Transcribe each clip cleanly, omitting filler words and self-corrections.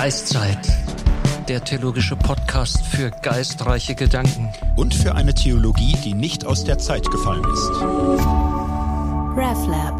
Geistzeit, der theologische Podcast für geistreiche Gedanken. Und für eine Theologie, die nicht aus der Zeit gefallen ist. RefLab.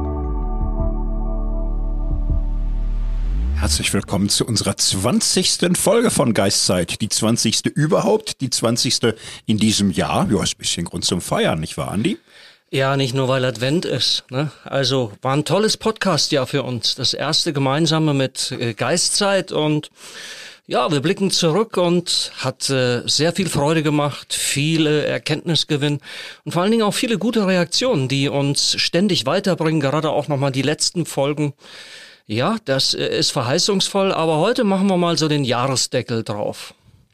Herzlich willkommen zu unserer 20. Folge von Geistzeit. Die 20. überhaupt, die 20. in diesem Jahr. Ja, ist ein bisschen Grund zum Feiern, nicht wahr, Andi? Ja, nicht nur, weil Advent ist, ne? Also war ein tolles Podcast-Jahr für uns. Das erste gemeinsame mit Geistzeit und ja, wir blicken zurück und hat sehr viel Freude gemacht, viele Erkenntnisgewinn und vor allen Dingen auch viele gute Reaktionen, die uns ständig weiterbringen, gerade auch nochmal die letzten Folgen. Ja, das ist verheißungsvoll, aber heute machen wir mal so den Jahresdeckel drauf.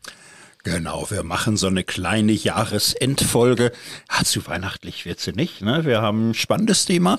Genau, wir machen so eine kleine Jahresendfolge. Zu weihnachtlich wird sie nicht, ne? Wir haben ein spannendes Thema.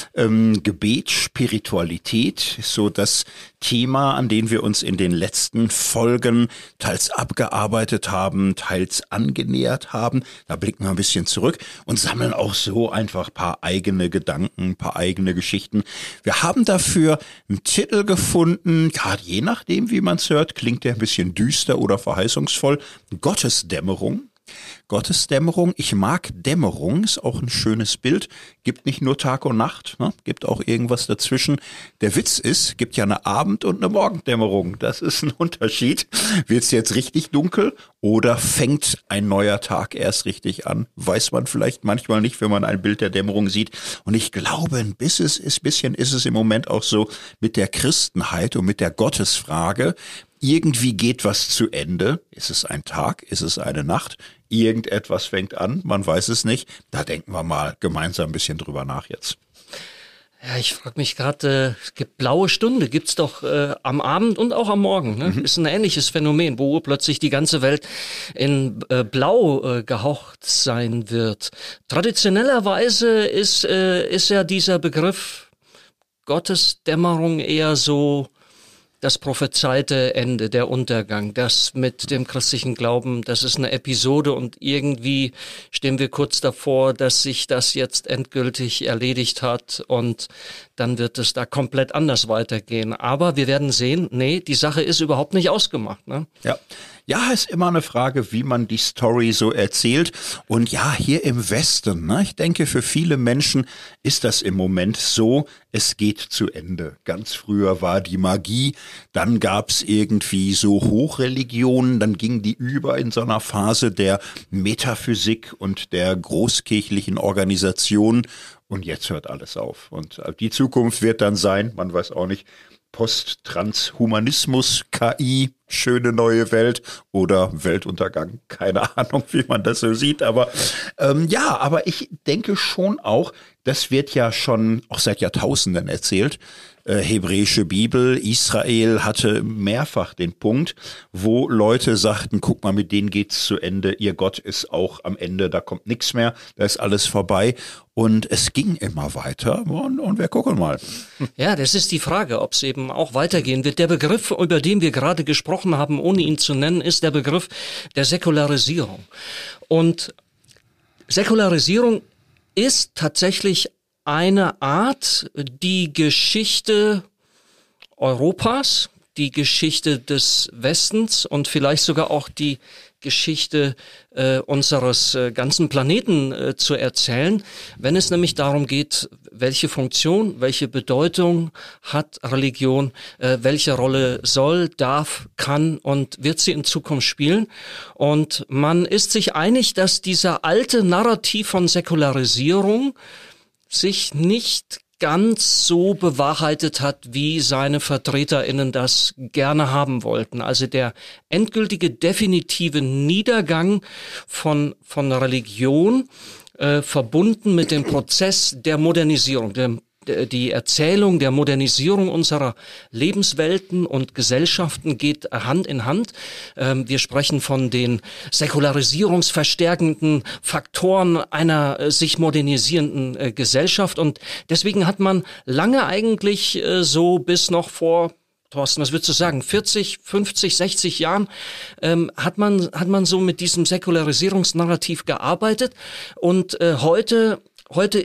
Gebet, Spiritualität ist so das Thema, an dem wir uns in den letzten Folgen teils abgearbeitet haben, teils angenähert haben. Da blicken wir ein bisschen zurück und sammeln auch so einfach ein paar eigene Gedanken, ein paar eigene Geschichten. Wir haben dafür einen Titel gefunden, gerade je nachdem, wie man es hört, klingt der ein bisschen düster oder verheißungsvoll. Gottesdämmerung. Gottesdämmerung, ich mag Dämmerung, ist auch ein schönes Bild, gibt nicht nur Tag und Nacht, ne? Gibt auch irgendwas dazwischen. Der Witz ist, gibt ja eine Abend- und eine Morgendämmerung, das ist ein Unterschied. Wird's jetzt richtig dunkel oder fängt ein neuer Tag erst richtig an? Weiß man vielleicht manchmal nicht, wenn man ein Bild der Dämmerung sieht. Und ich glaube, ein bisschen ist es im Moment auch so mit der Christenheit und mit der Gottesfrage. Irgendwie geht was zu Ende. Ist es ein Tag? Ist es eine Nacht? Irgendetwas fängt an. Man weiß es nicht. Da denken wir mal gemeinsam ein bisschen drüber nach jetzt. Ja, ich frage mich gerade, es gibt blaue Stunde, gibt's doch am Abend und auch am Morgen. Ne? Ist ein ähnliches Phänomen, wo plötzlich die ganze Welt in Blau gehaucht sein wird. Traditionellerweise ist ja dieser Begriff Gottesdämmerung eher so das prophezeite Ende, der Untergang, das mit dem christlichen Glauben, das ist eine Episode und irgendwie stehen wir kurz davor, dass sich das jetzt endgültig erledigt hat und dann wird es da komplett anders weitergehen. Aber wir werden sehen, nee, die Sache ist überhaupt nicht ausgemacht. Ne? Ja, ist immer eine Frage, wie man die Story so erzählt. Und ja, hier im Westen, ne, ich denke, für viele Menschen ist das im Moment so, es geht zu Ende. Ganz früher war die Magie, dann gab's irgendwie so Hochreligionen, dann ging die über in so einer Phase der Metaphysik und der großkirchlichen Organisation. Und jetzt hört alles auf. Und die Zukunft wird dann sein, man weiß auch nicht, Post-Transhumanismus, KI, schöne neue Welt oder Weltuntergang. Keine Ahnung, wie man das so sieht. Aber aber ich denke schon auch, das wird ja schon auch seit Jahrtausenden erzählt. Hebräische Bibel, Israel hatte mehrfach den Punkt, wo Leute sagten, guck mal, mit denen geht's zu Ende, ihr Gott ist auch am Ende, da kommt nichts mehr, da ist alles vorbei. Und es ging immer weiter und wir gucken mal. Ja, das ist die Frage, ob es eben auch weitergehen wird. Der Begriff, über den wir gerade gesprochen haben, ohne ihn zu nennen, ist der Begriff der Säkularisierung. Und Säkularisierung ist tatsächlich eine Art, die Geschichte Europas, die Geschichte des Westens und vielleicht sogar auch die Geschichte unseres ganzen Planeten zu erzählen, wenn es nämlich darum geht, welche Funktion, welche Bedeutung hat Religion, welche Rolle soll, darf, kann und wird sie in Zukunft spielen. Und man ist sich einig, dass dieser alte Narrativ von Säkularisierung sich nicht ganz so bewahrheitet hat, wie seine VertreterInnen das gerne haben wollten. Also der endgültige, definitive Niedergang von Religion, verbunden mit dem Prozess der Modernisierung, die Erzählung der Modernisierung unserer Lebenswelten und Gesellschaften geht Hand in Hand. Wir sprechen von den säkularisierungsverstärkenden Faktoren einer sich modernisierenden Gesellschaft. Und deswegen hat man lange eigentlich so bis noch vor, Thorsten, was würdest du sagen, 40, 50, 60 Jahren hat man so mit diesem Säkularisierungsnarrativ gearbeitet. Und heute heute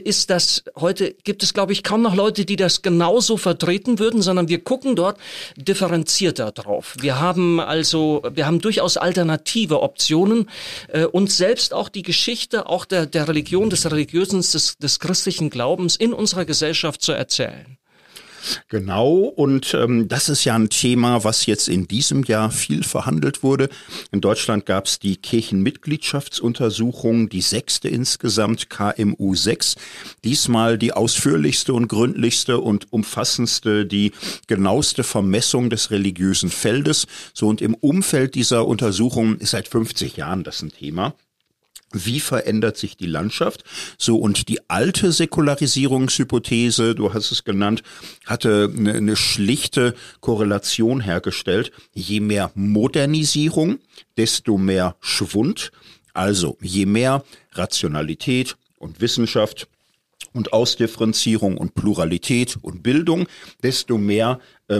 gibt es, glaube ich, kaum noch Leute, die das genauso vertreten würden, sondern wir gucken dort differenzierter drauf. Wir haben durchaus alternative Optionen, uns selbst auch die Geschichte auch der Religion, des Religiösen, des christlichen Glaubens in unserer Gesellschaft zu erzählen. Genau, und das ist ja ein Thema, was jetzt in diesem Jahr viel verhandelt wurde. In Deutschland gab es die Kirchenmitgliedschaftsuntersuchung, die 6. insgesamt, KMU 6. Diesmal die ausführlichste und gründlichste und umfassendste, die genaueste Vermessung des religiösen Feldes. So, und im Umfeld dieser Untersuchung ist seit 50 Jahren das ein Thema. Wie verändert sich die Landschaft? So, und die alte Säkularisierungshypothese, du hast es genannt, hatte eine schlichte Korrelation hergestellt. Je mehr Modernisierung, desto mehr Schwund. Also je mehr Rationalität und Wissenschaft und Ausdifferenzierung und Pluralität und Bildung, desto mehr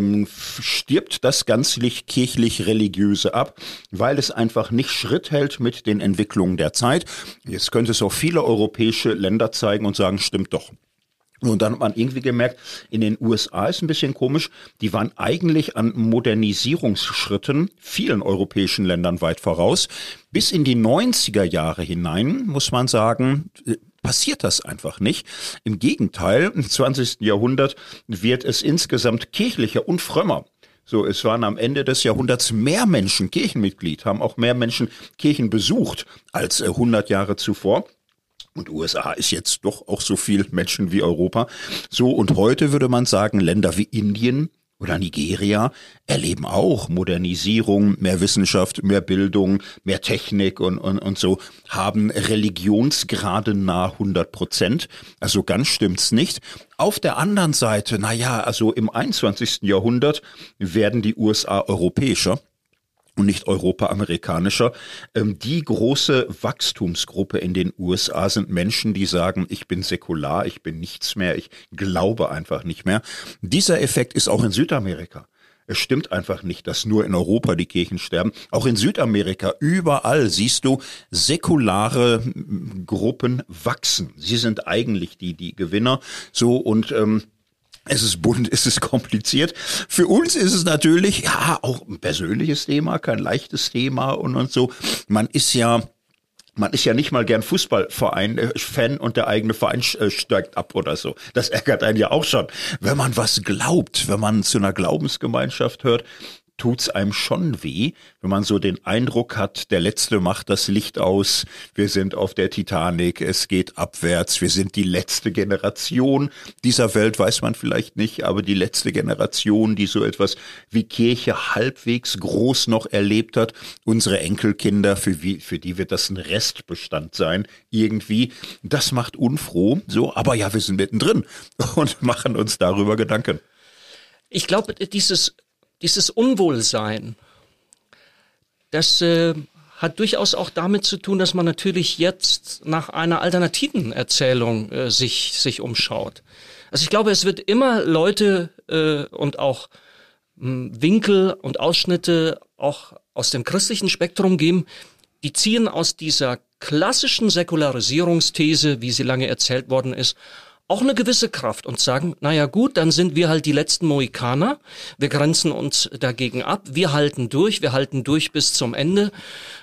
stirbt das ganzlich kirchlich-religiöse ab, weil es einfach nicht Schritt hält mit den Entwicklungen der Zeit. Jetzt könnte es auch viele europäische Länder zeigen und sagen, stimmt doch. Und dann hat man irgendwie gemerkt, in den USA ist ein bisschen komisch, die waren eigentlich an Modernisierungsschritten vielen europäischen Ländern weit voraus. Bis in die 90er Jahre hinein, muss man sagen, passiert das einfach nicht. Im Gegenteil, im 20. Jahrhundert wird es insgesamt kirchlicher und frömmer. So, es waren am Ende des Jahrhunderts mehr Menschen Kirchenmitglied, haben auch mehr Menschen Kirchen besucht als 100 Jahre zuvor. Und USA ist jetzt doch auch so viel Menschen wie Europa. So, und heute würde man sagen, Länder wie Indien oder Nigeria erleben auch Modernisierung, mehr Wissenschaft, mehr Bildung, mehr Technik und so, haben Religionsgrade nahe 100%. Also ganz stimmt's nicht. Auf der anderen Seite, also im 21. Jahrhundert werden die USA europäischer und nicht europa-amerikanischer. Die große Wachstumsgruppe in den USA sind Menschen, die sagen, ich bin säkular, ich bin nichts mehr, ich glaube einfach nicht mehr. Dieser Effekt ist auch in Südamerika. Es stimmt einfach nicht, dass nur in Europa die Kirchen sterben. Auch in Südamerika, überall siehst du, säkulare Gruppen wachsen. Sie sind eigentlich die Gewinner. So, und es ist bunt, es ist kompliziert. Für uns ist es natürlich, auch ein persönliches Thema, kein leichtes Thema und so. Man ist ja nicht mal gern Fußballverein-Fan und der eigene Verein steigt ab oder so. Das ärgert einen ja auch schon. Wenn man was glaubt, wenn man zu einer Glaubensgemeinschaft hört, tut's einem schon weh, wenn man so den Eindruck hat, der Letzte macht das Licht aus, wir sind auf der Titanic, es geht abwärts, wir sind die letzte Generation dieser Welt, weiß man vielleicht nicht, aber die letzte Generation, die so etwas wie Kirche halbwegs groß noch erlebt hat. Unsere Enkelkinder, für die wird das ein Restbestand sein, irgendwie. Das macht unfroh, so, aber ja, wir sind mittendrin und machen uns darüber Gedanken. Ich glaube, dieses Unwohlsein, das hat durchaus auch damit zu tun, dass man natürlich jetzt nach einer alternativen Erzählung sich umschaut. Also ich glaube, es wird immer Leute und auch Winkel und Ausschnitte auch aus dem christlichen Spektrum geben, die ziehen aus dieser klassischen Säkularisierungsthese, wie sie lange erzählt worden ist, auch eine gewisse Kraft und sagen, naja gut, dann sind wir halt die letzten Mohikaner, wir grenzen uns dagegen ab, wir halten durch bis zum Ende.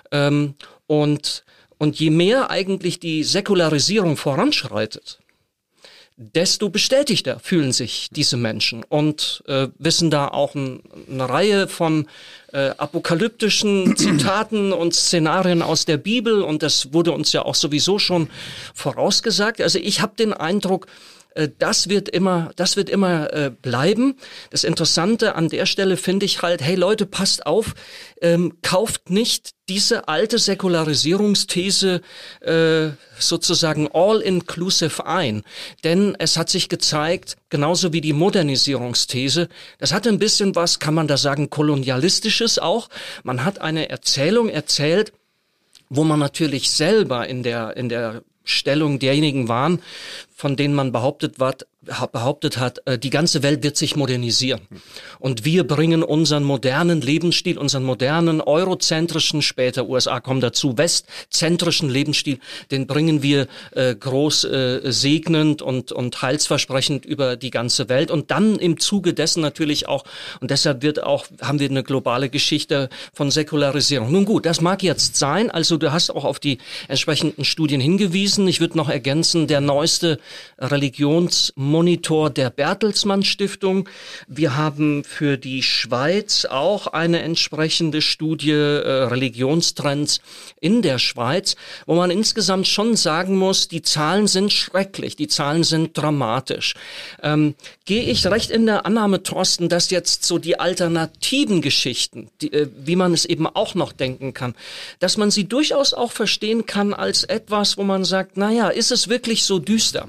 Und je mehr eigentlich die Säkularisierung voranschreitet, desto bestätigter fühlen sich diese Menschen und wissen da auch eine Reihe von apokalyptischen Zitaten und Szenarien aus der Bibel, und das wurde uns ja auch sowieso schon vorausgesagt. Also ich habe den Eindruck, das wird immer bleiben. Das Interessante an der Stelle finde ich halt, hey Leute, passt auf, kauft nicht diese alte Säkularisierungsthese sozusagen all-inclusive ein. Denn es hat sich gezeigt, genauso wie die Modernisierungsthese, das hatte ein bisschen was, kann man da sagen, kolonialistisches auch. Man hat eine Erzählung erzählt, wo man natürlich selber in der Stellung derjenigen waren, von denen man behauptet behauptet hat, die ganze Welt wird sich modernisieren. Und wir bringen unseren modernen Lebensstil, unseren modernen eurozentrischen, später USA kommen dazu, westzentrischen Lebensstil, den bringen wir groß segnend und heilsversprechend über die ganze Welt. Und dann im Zuge dessen natürlich auch, und deshalb haben wir eine globale Geschichte von Säkularisierung. Nun gut, das mag jetzt sein, also du hast auch auf die entsprechenden Studien hingewiesen. Ich würde noch ergänzen, der neueste Religionsmonitor der Bertelsmann Stiftung. Wir haben für die Schweiz auch eine entsprechende Studie Religionstrends in der Schweiz, wo man insgesamt schon sagen muss, die Zahlen sind schrecklich, die Zahlen sind dramatisch. Gehe ich recht in der Annahme, Thorsten, dass jetzt so die alternativen Geschichten, wie man es eben auch noch denken kann, dass man sie durchaus auch verstehen kann als etwas, wo man sagt, naja, ist es wirklich so düster?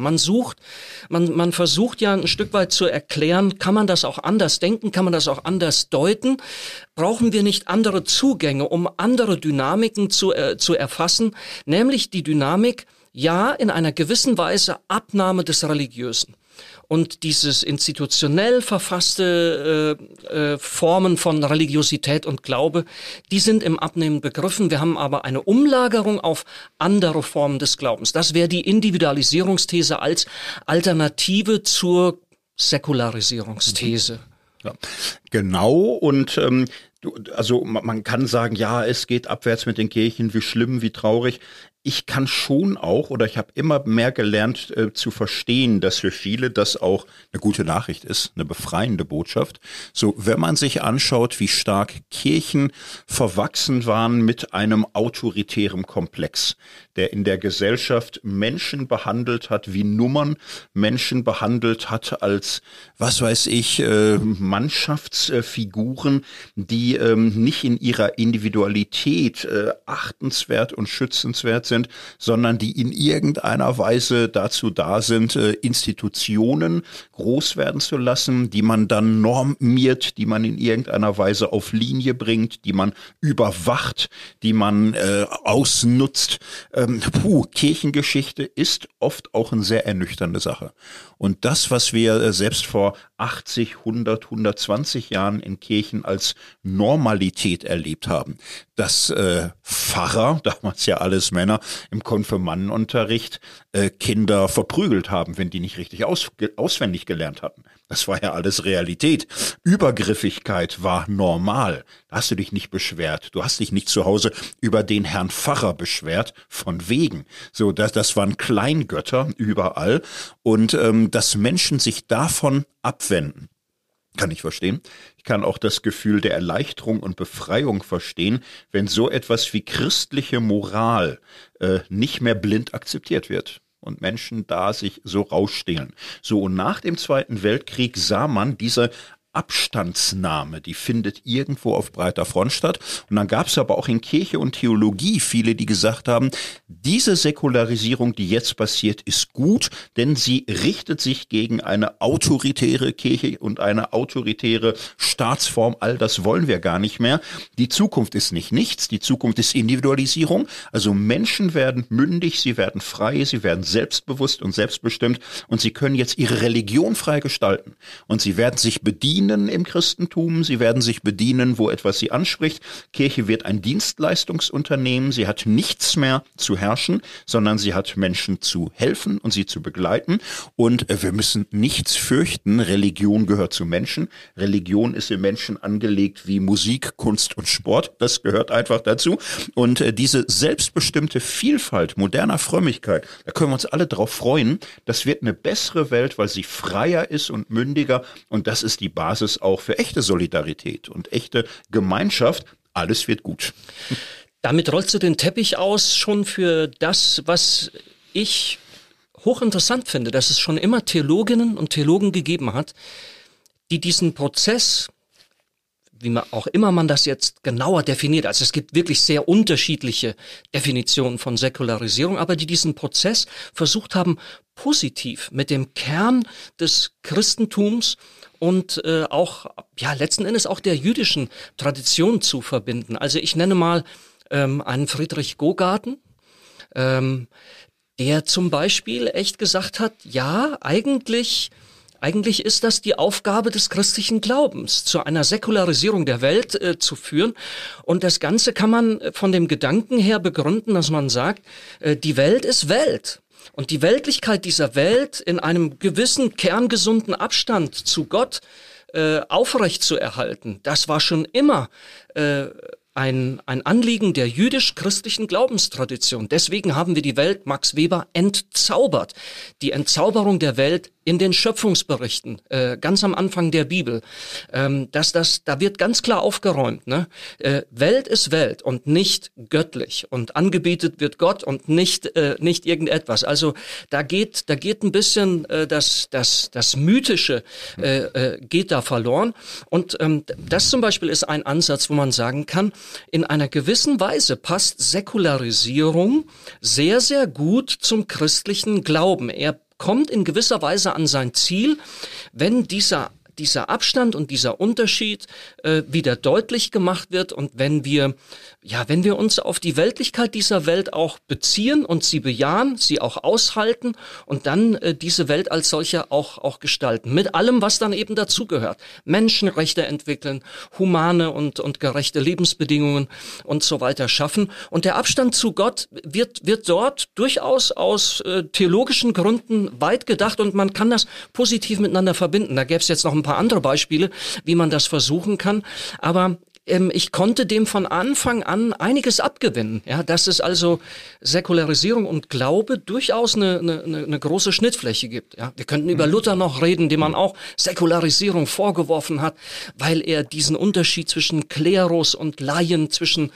Man versucht ja ein Stück weit zu erklären, kann man das auch anders denken, kann man das auch anders deuten? Brauchen wir nicht andere Zugänge, um andere Dynamiken zu erfassen, nämlich die Dynamik, ja, in einer gewissen Weise Abnahme des Religiösen. Und dieses institutionell verfasste Formen von Religiosität und Glaube, die sind im Abnehmen begriffen. Wir haben aber eine Umlagerung auf andere Formen des Glaubens. Das wäre die Individualisierungsthese als Alternative zur Säkularisierungsthese. Ja, genau, und also man kann sagen, ja, es geht abwärts mit den Kirchen, wie schlimm, wie traurig. Ich kann schon auch, oder ich habe immer mehr gelernt zu verstehen, dass für viele das auch eine gute Nachricht ist, eine befreiende Botschaft. So, wenn man sich anschaut, wie stark Kirchen verwachsen waren mit einem autoritären Komplex, der in der Gesellschaft Menschen behandelt hat wie Nummern, Menschen behandelt hat als, was weiß ich, Mannschaftsfiguren, die nicht in ihrer Individualität achtenswert und schützenswert sind, sondern die in irgendeiner Weise dazu da sind, Institutionen groß werden zu lassen, die man dann normiert, die man in irgendeiner Weise auf Linie bringt, die man überwacht, die man ausnutzt. Kirchengeschichte ist oft auch eine sehr ernüchternde Sache. Und das, was wir selbst vor 80, 100, 120 Jahren in Kirchen als Normalität erlebt haben, dass Pfarrer, damals ja alles Männer, im Konfirmandenunterricht Kinder verprügelt haben, wenn die nicht richtig auswendig gelernt hatten. Das war ja alles Realität. Übergriffigkeit war normal. Da hast du dich nicht beschwert. Du hast dich nicht zu Hause über den Herrn Pfarrer beschwert, von wegen. So, das waren Kleingötter überall. Und dass Menschen sich davon abwenden, kann ich verstehen. Ich kann auch das Gefühl der Erleichterung und Befreiung verstehen, wenn so etwas wie christliche Moral nicht mehr blind akzeptiert wird und Menschen da sich so rausstehlen. So, und nach dem Zweiten Weltkrieg sah man diese Abstandsnahme, die findet irgendwo auf breiter Front statt. Und dann gab es aber auch in Kirche und Theologie viele, die gesagt haben, diese Säkularisierung, die jetzt passiert, ist gut, denn sie richtet sich gegen eine autoritäre Kirche und eine autoritäre Staatsform. All das wollen wir gar nicht mehr. Die Zukunft ist nicht nichts, die Zukunft ist Individualisierung. Also Menschen werden mündig, sie werden frei, sie werden selbstbewusst und selbstbestimmt und sie können jetzt ihre Religion frei gestalten. Und sie werden sich bedienen im Christentum, sie werden sich bedienen, wo etwas sie anspricht. Kirche wird ein Dienstleistungsunternehmen, sie hat nichts mehr zu herrschen, sondern sie hat Menschen zu helfen und sie zu begleiten. Und wir müssen nichts fürchten, Religion gehört zu Menschen. Religion ist im Menschen angelegt wie Musik, Kunst und Sport, das gehört einfach dazu. Und diese selbstbestimmte Vielfalt moderner Frömmigkeit, da können wir uns alle drauf freuen, das wird eine bessere Welt, weil sie freier ist und mündiger und das ist die Basis auch für echte Solidarität und echte Gemeinschaft. Alles wird gut. Damit rollst du den Teppich aus schon für das, was ich hochinteressant finde, dass es schon immer Theologinnen und Theologen gegeben hat, die diesen Prozess, wie man auch immer man das jetzt genauer definiert, also es gibt wirklich sehr unterschiedliche Definitionen von Säkularisierung, aber die diesen Prozess versucht haben, positiv mit dem Kern des Christentums und auch, ja, letzten Endes auch der jüdischen Tradition zu verbinden. Also ich nenne mal einen Friedrich Gogarten, der zum Beispiel echt gesagt hat, ja, eigentlich Eigentlich ist das die Aufgabe des christlichen Glaubens, zu einer Säkularisierung der Welt zu führen. Und das Ganze kann man von dem Gedanken her begründen, dass man sagt, die Welt ist Welt. Und die Weltlichkeit dieser Welt in einem gewissen kerngesunden Abstand zu Gott aufrecht zu erhalten, das war schon immer ein Anliegen der jüdisch-christlichen Glaubenstradition. Deswegen haben wir die Welt, Max Weber, entzaubert. Die Entzauberung der Welt in den Schöpfungsberichten, ganz am Anfang der Bibel. Da wird ganz klar aufgeräumt, ne? Welt ist Welt und nicht göttlich. Und angebetet wird Gott und nicht irgendetwas. Also da geht ein bisschen das Mythische geht da verloren. Und das zum Beispiel ist ein Ansatz, wo man sagen kann, in einer gewissen Weise passt Säkularisierung sehr, sehr gut zum christlichen Glauben. Er kommt in gewisser Weise an sein Ziel, wenn dieser Abstand und dieser Unterschied wieder deutlich gemacht wird und wenn wir uns auf die Weltlichkeit dieser Welt auch beziehen und sie bejahen, sie auch aushalten und dann diese Welt als solcher auch gestalten. Mit allem, was dann eben dazugehört. Menschenrechte entwickeln, humane und gerechte Lebensbedingungen und so weiter schaffen. Und der Abstand zu Gott wird dort durchaus aus theologischen Gründen weit gedacht und man kann das positiv miteinander verbinden. Da gäbe es jetzt noch ein paar andere Beispiele, wie man das versuchen kann. Aber ich konnte dem von Anfang an einiges abgewinnen. Ja, dass es also Säkularisierung und Glaube durchaus eine große Schnittfläche gibt. Ja, wir könnten über Luther noch reden, dem man auch Säkularisierung vorgeworfen hat, weil er diesen Unterschied zwischen Klerus und Laien, zwischen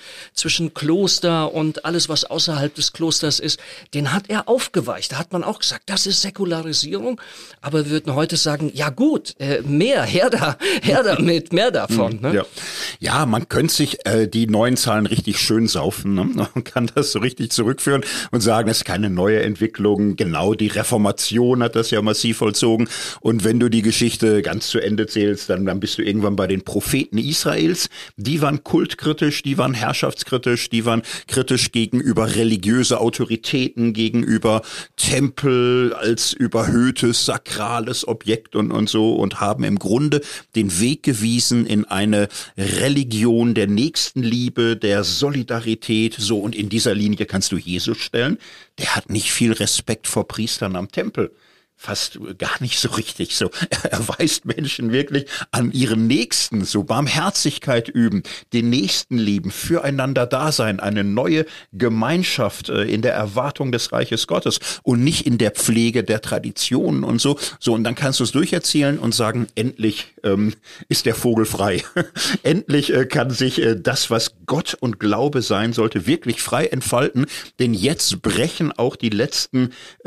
Kloster und alles, was außerhalb des Klosters ist, den hat er aufgeweicht. Da hat man auch gesagt, das ist Säkularisierung. Aber wir würden heute sagen, ja gut, mehr, her damit, mehr davon. Ne? Ja, man könnte sich die neuen Zahlen richtig schön saufen. Ne? Man kann das so richtig zurückführen und sagen, es ist keine neue Entwicklung. Genau, die Reformation hat das ja massiv vollzogen. Und wenn du die Geschichte ganz zu Ende zählst, dann bist du irgendwann bei den Propheten Israels. Die waren kultkritisch, die waren herrschaftskritisch, die waren kritisch gegenüber religiöse Autoritäten, gegenüber Tempel als überhöhtes, sakrales Objekt und so und haben im Grunde den Weg gewiesen in eine Religion der Nächstenliebe, der Solidarität, so, und in dieser Linie kannst du Jesus stellen. Der hat nicht viel Respekt vor Priestern am Tempel. Fast gar nicht so richtig so. Er weist Menschen wirklich an ihren Nächsten, so Barmherzigkeit üben, den Nächsten lieben, füreinander da sein, eine neue Gemeinschaft in der Erwartung des Reiches Gottes und nicht in der Pflege der Traditionen und so. So, und dann kannst du es durcherzählen und sagen, endlich ist der Vogel frei. Endlich kann sich das, was Gott und Glaube sein sollte, wirklich frei entfalten. Denn jetzt brechen auch die letzten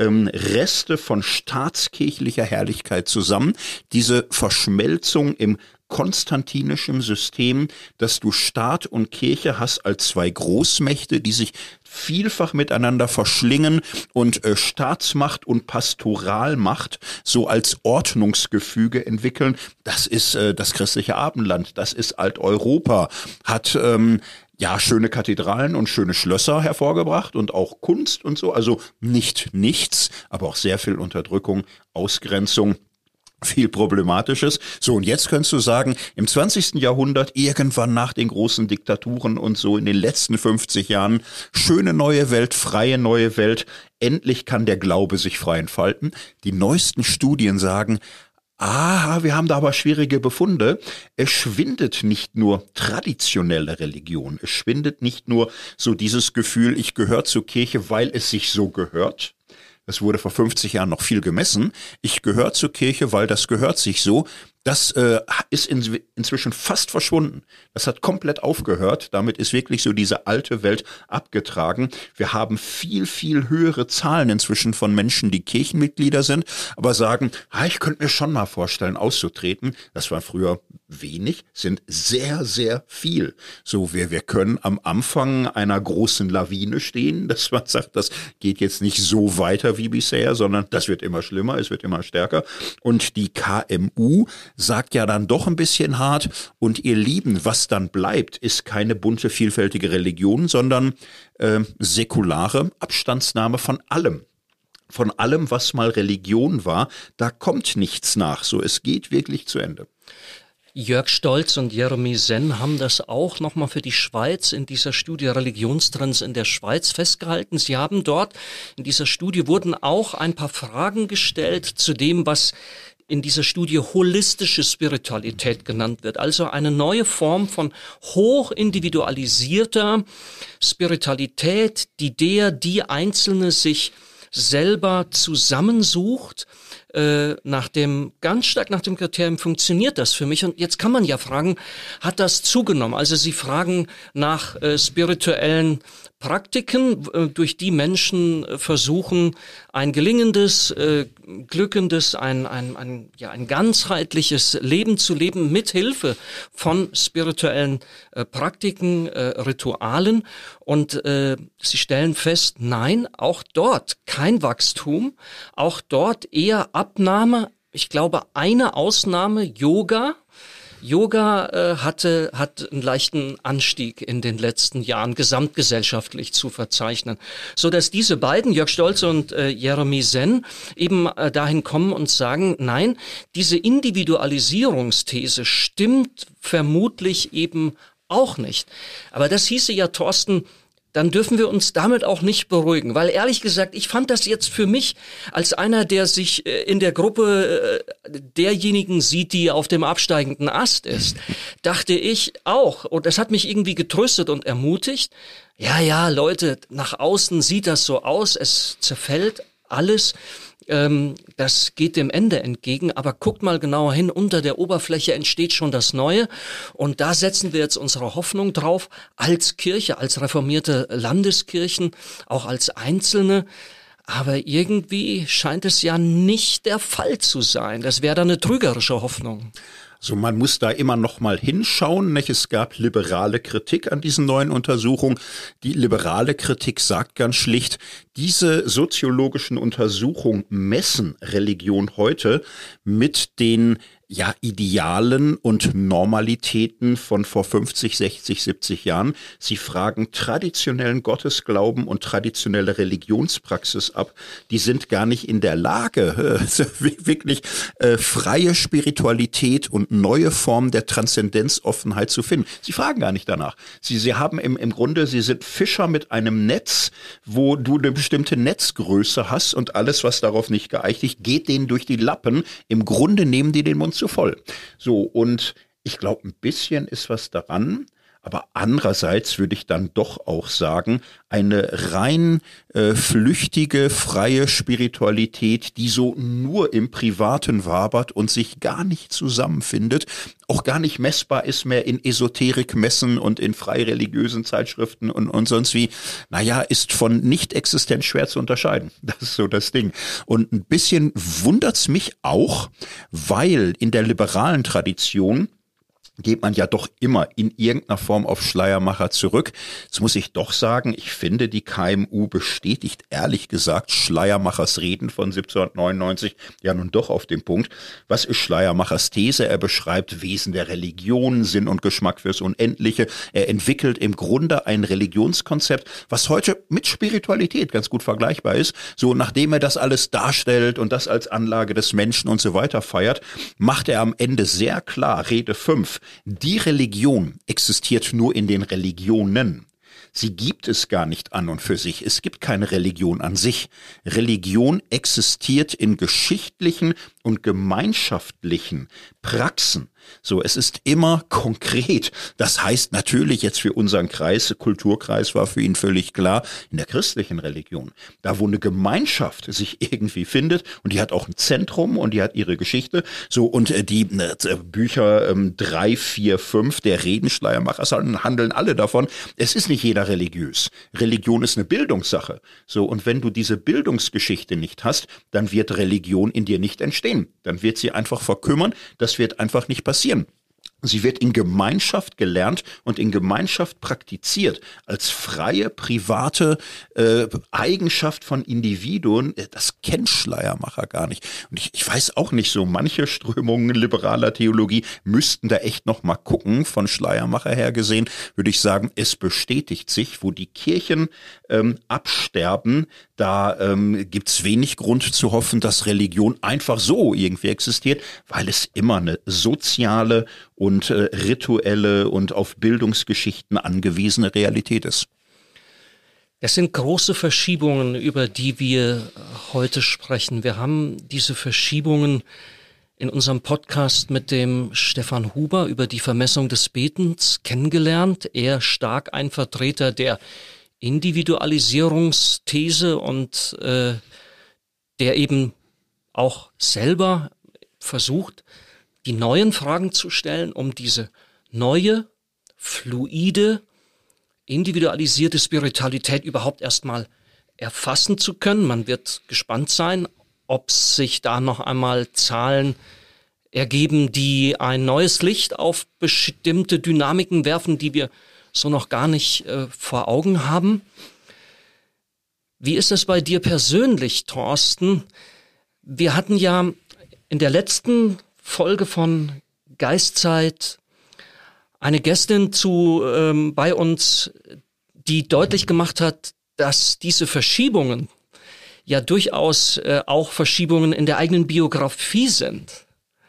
Reste von staatskirchlicher Herrlichkeit zusammen. Diese Verschmelzung im konstantinischen System, dass du Staat und Kirche hast als zwei Großmächte, die sich vielfach miteinander verschlingen und Staatsmacht und Pastoralmacht so als Ordnungsgefüge entwickeln. Das ist das christliche Abendland, das ist Alteuropa, hat schöne Kathedralen und schöne Schlösser hervorgebracht und auch Kunst und so, also nicht nichts, aber auch sehr viel Unterdrückung, Ausgrenzung, viel Problematisches. So, und jetzt könntest du sagen, im 20. Jahrhundert, irgendwann nach den großen Diktaturen und so in den letzten 50 Jahren, schöne neue Welt, freie neue Welt, endlich kann der Glaube sich frei entfalten. Die neuesten Studien sagen, wir haben da aber schwierige Befunde. Es schwindet nicht nur traditionelle Religion, es schwindet nicht nur so dieses Gefühl, ich gehöre zur Kirche, weil es sich so gehört. Das wurde vor 50 Jahren noch viel gemessen. Ich gehöre zur Kirche, weil das gehört sich so. Das ist inzwischen fast verschwunden. Das hat komplett aufgehört. Damit ist wirklich so diese alte Welt abgetragen. Wir haben viel, viel höhere Zahlen inzwischen von Menschen, die Kirchenmitglieder sind, aber sagen, ich könnte mir schon mal vorstellen, auszutreten. Das war früher wenig, sind sehr, sehr viel. So, wir können am Anfang einer großen Lawine stehen, dass man sagt, das geht jetzt nicht so weiter wie bisher, sondern das wird immer schlimmer, es wird immer stärker. Und die KMU sagt ja dann doch ein bisschen hart, und ihr Lieben, was dann bleibt, ist keine bunte, vielfältige Religion, sondern säkulare Abstandsnahme von allem. von allem, was mal Religion war, da kommt nichts nach. So, es geht wirklich zu Ende. Jörg Stolz und Jeremy Senn haben das auch nochmal für die Schweiz in dieser Studie Religionstrends in der Schweiz festgehalten. Sie haben dort, in dieser Studie wurden auch ein paar Fragen gestellt zu dem, was in dieser Studie holistische Spiritualität genannt wird. Also eine neue Form von hochindividualisierter Spiritualität, die Einzelne sich selber zusammensucht, ganz stark nach dem Kriterium, funktioniert das für mich? Und jetzt kann man ja fragen, hat das zugenommen? Also Sie fragen nach spirituellen Praktiken, durch die Menschen versuchen, ein gelingendes, glückendes, ein ganzheitliches Leben zu leben mit Hilfe von spirituellen Praktiken, Ritualen. Und sie stellen fest, nein, auch dort kein Wachstum, auch dort eher Abnahme. Ich glaube, eine Ausnahme, Yoga. Yoga hat einen leichten Anstieg in den letzten Jahren gesamtgesellschaftlich zu verzeichnen, so dass diese beiden, Jörg Stolz und Jeremy Senn, eben dahin kommen und sagen, nein, diese Individualisierungsthese stimmt vermutlich eben auch nicht. Aber das hieße ja, Thorsten, dann dürfen wir uns damit auch nicht beruhigen. Weil ehrlich gesagt, ich fand das jetzt für mich als einer, der sich in der Gruppe derjenigen sieht, die auf dem absteigenden Ast ist, dachte ich auch, und das hat mich irgendwie getröstet und ermutigt, ja, Leute, nach außen sieht das so aus, es zerfällt alles. Das geht dem Ende entgegen, aber guckt mal genauer hin, unter der Oberfläche entsteht schon das Neue und da setzen wir jetzt unsere Hoffnung drauf, als Kirche, als reformierte Landeskirchen, auch als Einzelne, aber irgendwie scheint es ja nicht der Fall zu sein. Das wäre dann eine trügerische Hoffnung. So, man muss da immer noch mal hinschauen, nicht? Es gab liberale Kritik an diesen neuen Untersuchungen. Die liberale Kritik sagt ganz schlicht, diese soziologischen Untersuchungen messen Religion heute mit den Idealen und Normalitäten von vor 50, 60, 70 Jahren. Sie fragen traditionellen Gottesglauben und traditionelle Religionspraxis ab. Die sind gar nicht in der Lage, wirklich freie Spiritualität und neue Formen der Transzendenzoffenheit zu finden. Sie fragen gar nicht danach. Sie haben im Grunde, sie sind Fischer mit einem Netz, wo du eine bestimmte Netzgröße hast und alles, was darauf nicht geeicht ist, geht denen durch die Lappen. Im Grunde nehmen die den Mund zu voll. So, und ich glaube, ein bisschen ist was daran, aber andererseits würde ich dann doch auch sagen, eine rein flüchtige, freie Spiritualität, die so nur im Privaten wabert und sich gar nicht zusammenfindet, auch gar nicht messbar ist mehr in Esoterikmessen und in frei religiösen Zeitschriften und sonst wie, ist von Nicht-Existenz schwer zu unterscheiden. Das ist so das Ding. Und ein bisschen wundert's mich auch, weil in der liberalen Tradition geht man ja doch immer in irgendeiner Form auf Schleiermacher zurück. Jetzt muss ich doch sagen, ich finde, die KMU bestätigt ehrlich gesagt Schleiermachers Reden von 1799 ja nun doch auf den Punkt. Was ist Schleiermachers These? Er beschreibt Wesen der Religion, Sinn und Geschmack fürs Unendliche. Er entwickelt im Grunde ein Religionskonzept, was heute mit Spiritualität ganz gut vergleichbar ist. So, nachdem er das alles darstellt und das als Anlage des Menschen und so weiter feiert, macht er am Ende sehr klar, Rede 5, die Religion existiert nur in den Religionen. Sie gibt es gar nicht an und für sich. Es gibt keine Religion an sich. Religion existiert in geschichtlichen und gemeinschaftlichen Praxen. So, es ist immer konkret. Das heißt natürlich jetzt für unseren Kreis, Kulturkreis war für ihn völlig klar, in der christlichen Religion, da wo eine Gemeinschaft sich irgendwie findet und die hat auch ein Zentrum und die hat ihre Geschichte. So, und die Bücher 3, 4, 5 der Redenschleiermacher handeln alle davon. Es ist nicht jeder religiös. Religion ist eine Bildungssache. So, und wenn du diese Bildungsgeschichte nicht hast, dann wird Religion in dir nicht entstehen. Dann wird sie einfach verkümmern. Das wird einfach nicht passieren. Sie wird in Gemeinschaft gelernt und in Gemeinschaft praktiziert, als freie, private Eigenschaft von Individuen. Das kennt Schleiermacher gar nicht. Und ich weiß auch nicht, so manche Strömungen liberaler Theologie müssten da echt noch mal gucken. Von Schleiermacher her gesehen würde ich sagen, es bestätigt sich, wo die Kirchen absterben, da gibt's wenig Grund zu hoffen, dass Religion einfach so irgendwie existiert, weil es immer eine soziale und rituelle und auf Bildungsgeschichten angewiesene Realität ist. Es sind große Verschiebungen, über die wir heute sprechen. Wir haben diese Verschiebungen in unserem Podcast mit dem Stefan Huber über die Vermessung des Betens kennengelernt. Er stark ein Vertreter der Individualisierungsthese und der eben auch selber versucht, die neuen Fragen zu stellen, um diese neue, fluide, individualisierte Spiritualität überhaupt erstmal erfassen zu können. Man wird gespannt sein, ob sich da noch einmal Zahlen ergeben, die ein neues Licht auf bestimmte Dynamiken werfen, die wir so noch gar nicht vor Augen haben. Wie ist es bei dir persönlich, Thorsten? Wir hatten ja in der letzten Folge von Geistzeit eine Gästin bei uns, die deutlich gemacht hat, dass diese Verschiebungen ja durchaus auch Verschiebungen in der eigenen Biografie sind.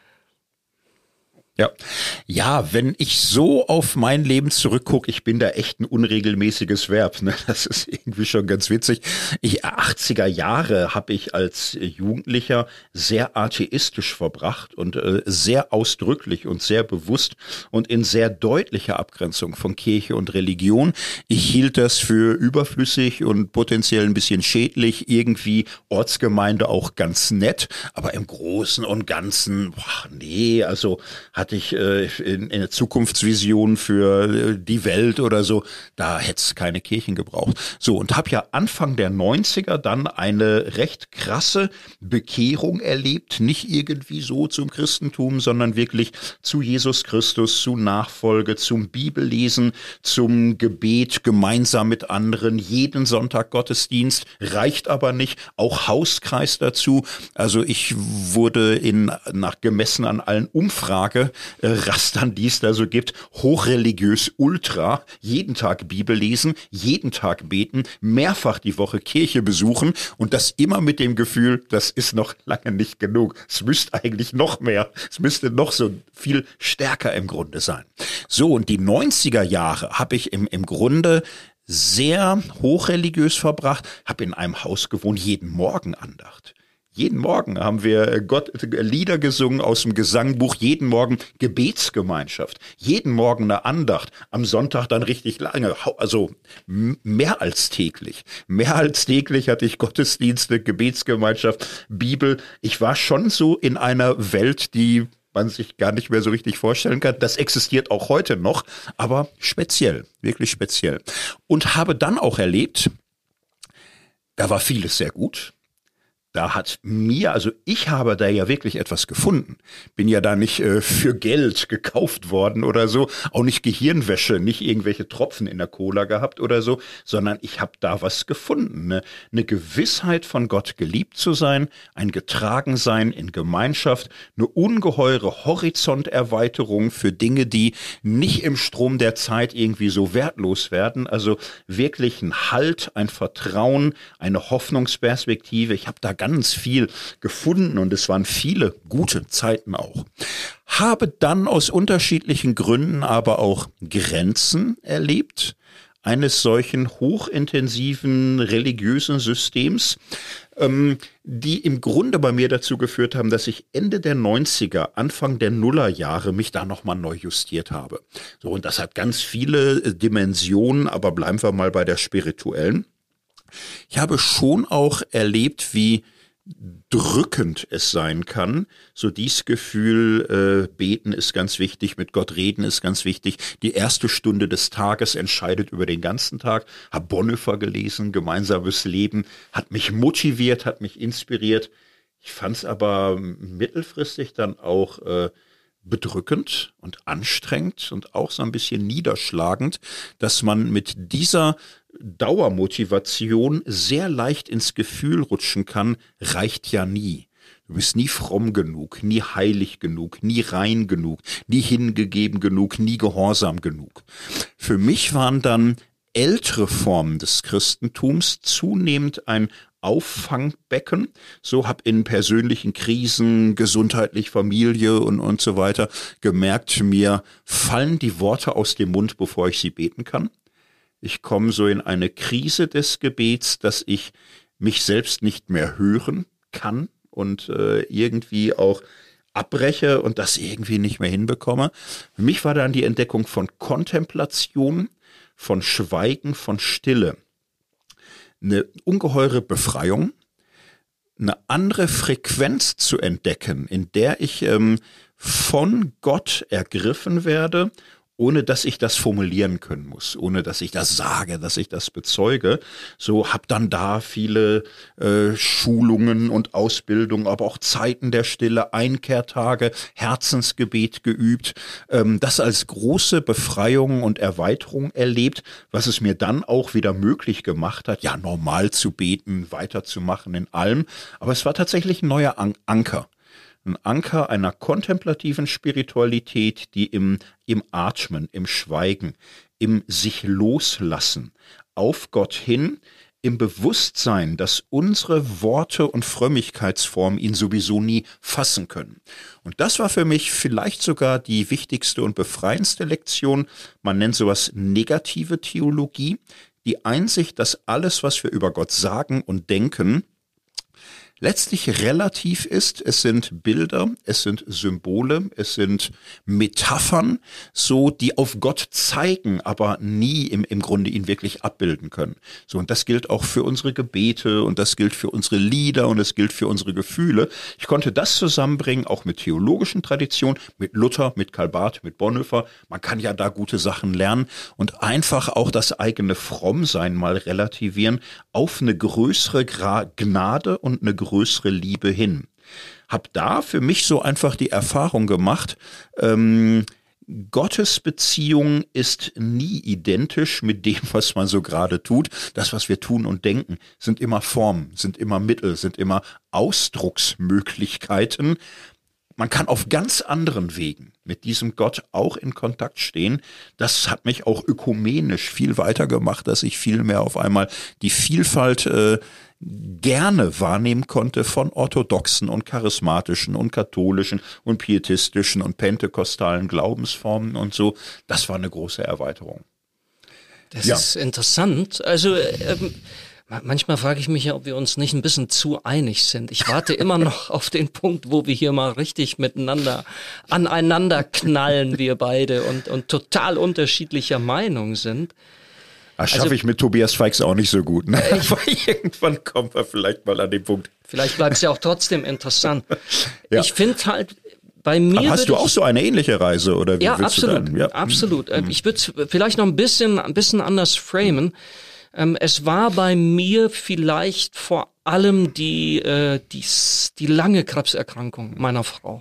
Ja, wenn ich so auf mein Leben zurückgucke, ich bin da echt ein unregelmäßiges Verb, ne? Das ist irgendwie schon ganz witzig. 80er Jahre habe ich als Jugendlicher sehr atheistisch verbracht und sehr ausdrücklich und sehr bewusst und in sehr deutlicher Abgrenzung von Kirche und Religion. Ich hielt das für überflüssig und potenziell ein bisschen schädlich, irgendwie Ortsgemeinde auch ganz nett, aber im Großen und Ganzen, nee, also hatte ich in der Zukunftsvision für die Welt oder so, da hätte es keine Kirchen gebraucht. So, und habe ja Anfang der 90er dann eine recht krasse Bekehrung erlebt, nicht irgendwie so zum Christentum, sondern wirklich zu Jesus Christus, zu Nachfolge, zum Bibellesen, zum Gebet gemeinsam mit anderen, jeden Sonntag Gottesdienst, reicht aber nicht, auch Hauskreis dazu. Also ich wurde gemessen an allen Rastern, die es da so gibt, hochreligiös ultra, jeden Tag Bibel lesen, jeden Tag beten, mehrfach die Woche Kirche besuchen und das immer mit dem Gefühl, das ist noch lange nicht genug. Es müsste eigentlich noch mehr, es müsste noch so viel stärker im Grunde sein. So, und die 90er Jahre habe ich im Grunde sehr hochreligiös verbracht, habe in einem Haus gewohnt, jeden Morgen Andacht. Jeden Morgen haben wir Lieder gesungen aus dem Gesangbuch, jeden Morgen Gebetsgemeinschaft, jeden Morgen eine Andacht, am Sonntag dann richtig lange, also mehr als täglich. Mehr als täglich hatte ich Gottesdienste, Gebetsgemeinschaft, Bibel. Ich war schon so in einer Welt, die man sich gar nicht mehr so richtig vorstellen kann. Das existiert auch heute noch, aber speziell, wirklich speziell. Und habe dann auch erlebt, da war vieles sehr gut. Ich habe da ja wirklich etwas gefunden. Bin ja da nicht für Geld gekauft worden oder so, auch nicht Gehirnwäsche, nicht irgendwelche Tropfen in der Cola gehabt oder so, sondern ich habe da was gefunden. Eine Gewissheit von Gott geliebt zu sein, ein Getragensein in Gemeinschaft, eine ungeheure Horizonterweiterung für Dinge, die nicht im Strom der Zeit irgendwie so wertlos werden. Also wirklich ein Halt, ein Vertrauen, eine Hoffnungsperspektive. Ich habe da ganz viel gefunden und es waren viele gute Zeiten auch. Habe dann aus unterschiedlichen Gründen aber auch Grenzen erlebt eines solchen hochintensiven religiösen Systems, die im Grunde bei mir dazu geführt haben, dass ich Ende der 90er, Anfang der Nullerjahre mich da nochmal neu justiert habe. So, und das hat ganz viele Dimensionen, aber bleiben wir mal bei der spirituellen. Ich habe schon auch erlebt, wie drückend es sein kann, so dieses Gefühl, beten ist ganz wichtig, mit Gott reden ist ganz wichtig, die erste Stunde des Tages entscheidet über den ganzen Tag, habe Bonhoeffer gelesen, Gemeinsames Leben, hat mich motiviert, hat mich inspiriert. Ich fand es aber mittelfristig dann auch bedrückend und anstrengend und auch so ein bisschen niederschlagend, dass man mit dieser Dauermotivation sehr leicht ins Gefühl rutschen kann, reicht ja nie. Du bist nie fromm genug, nie heilig genug, nie rein genug, nie hingegeben genug, nie gehorsam genug. Für mich waren dann ältere Formen des Christentums zunehmend ein Auffangbecken. So habe in persönlichen Krisen, gesundheitlich, Familie und so weiter gemerkt, mir fallen die Worte aus dem Mund, bevor ich sie beten kann. Ich komme so in eine Krise des Gebets, dass ich mich selbst nicht mehr hören kann und irgendwie auch abbreche und das irgendwie nicht mehr hinbekomme. Für mich war dann die Entdeckung von Kontemplation, von Schweigen, von Stille eine ungeheure Befreiung, eine andere Frequenz zu entdecken, in der ich von Gott ergriffen werde, ohne dass ich das formulieren können muss, ohne dass ich das sage, dass ich das bezeuge. So habe dann da viele Schulungen und Ausbildungen, aber auch Zeiten der Stille, Einkehrtage, Herzensgebet geübt, das als große Befreiung und Erweiterung erlebt, was es mir dann auch wieder möglich gemacht hat, ja, normal zu beten, weiterzumachen in allem. Aber es war tatsächlich ein neuer Anker. Ein Anker einer kontemplativen Spiritualität, die im Atmen, im Schweigen, im sich loslassen, auf Gott hin, im Bewusstsein, dass unsere Worte und Frömmigkeitsformen ihn sowieso nie fassen können. Und das war für mich vielleicht sogar die wichtigste und befreiendste Lektion. Man nennt sowas negative Theologie, die Einsicht, dass alles, was wir über Gott sagen und denken, letztlich relativ ist. Es sind Bilder, es sind Symbole, es sind Metaphern, so die auf Gott zeigen, aber nie im Grunde ihn wirklich abbilden können. So, und das gilt auch für unsere Gebete und das gilt für unsere Lieder und es gilt für unsere Gefühle. Ich konnte das zusammenbringen, auch mit theologischen Traditionen, mit Luther, mit Karl Barth, mit Bonhoeffer. Man kann ja da gute Sachen lernen und einfach auch das eigene Frommsein mal relativieren auf eine größere Gnade und eine größere Liebe hin. Hab da für mich so einfach die Erfahrung gemacht, Gottes Beziehung ist nie identisch mit dem, was man so gerade tut. Das, was wir tun und denken, sind immer Formen, sind immer Mittel, sind immer Ausdrucksmöglichkeiten. Man kann auf ganz anderen Wegen mit diesem Gott auch in Kontakt stehen. Das hat mich auch ökumenisch viel weiter gemacht, dass ich viel mehr auf einmal die Vielfalt gerne wahrnehmen konnte von orthodoxen und charismatischen und katholischen und pietistischen und pentekostalen Glaubensformen und so. Das war eine große Erweiterung. Das ist interessant. Also manchmal frage ich mich ja, ob wir uns nicht ein bisschen zu einig sind. Ich warte immer noch auf den Punkt, wo wir hier mal richtig miteinander aneinander knallen, wir beide, und total unterschiedlicher Meinung sind. Das schaffe ich mit Tobias Feix auch nicht so gut. Ne? Aber irgendwann kommen wir vielleicht mal an den Punkt. Vielleicht bleibt es ja auch trotzdem interessant. Ja. Ich finde halt, bei mir. Aber hast du auch so eine ähnliche Reise? Oder wie ja, willst absolut. Du dann? Ja, absolut. Ich würde es vielleicht noch ein bisschen anders framen. Es war bei mir vielleicht vor allem die lange Krebserkrankung meiner Frau,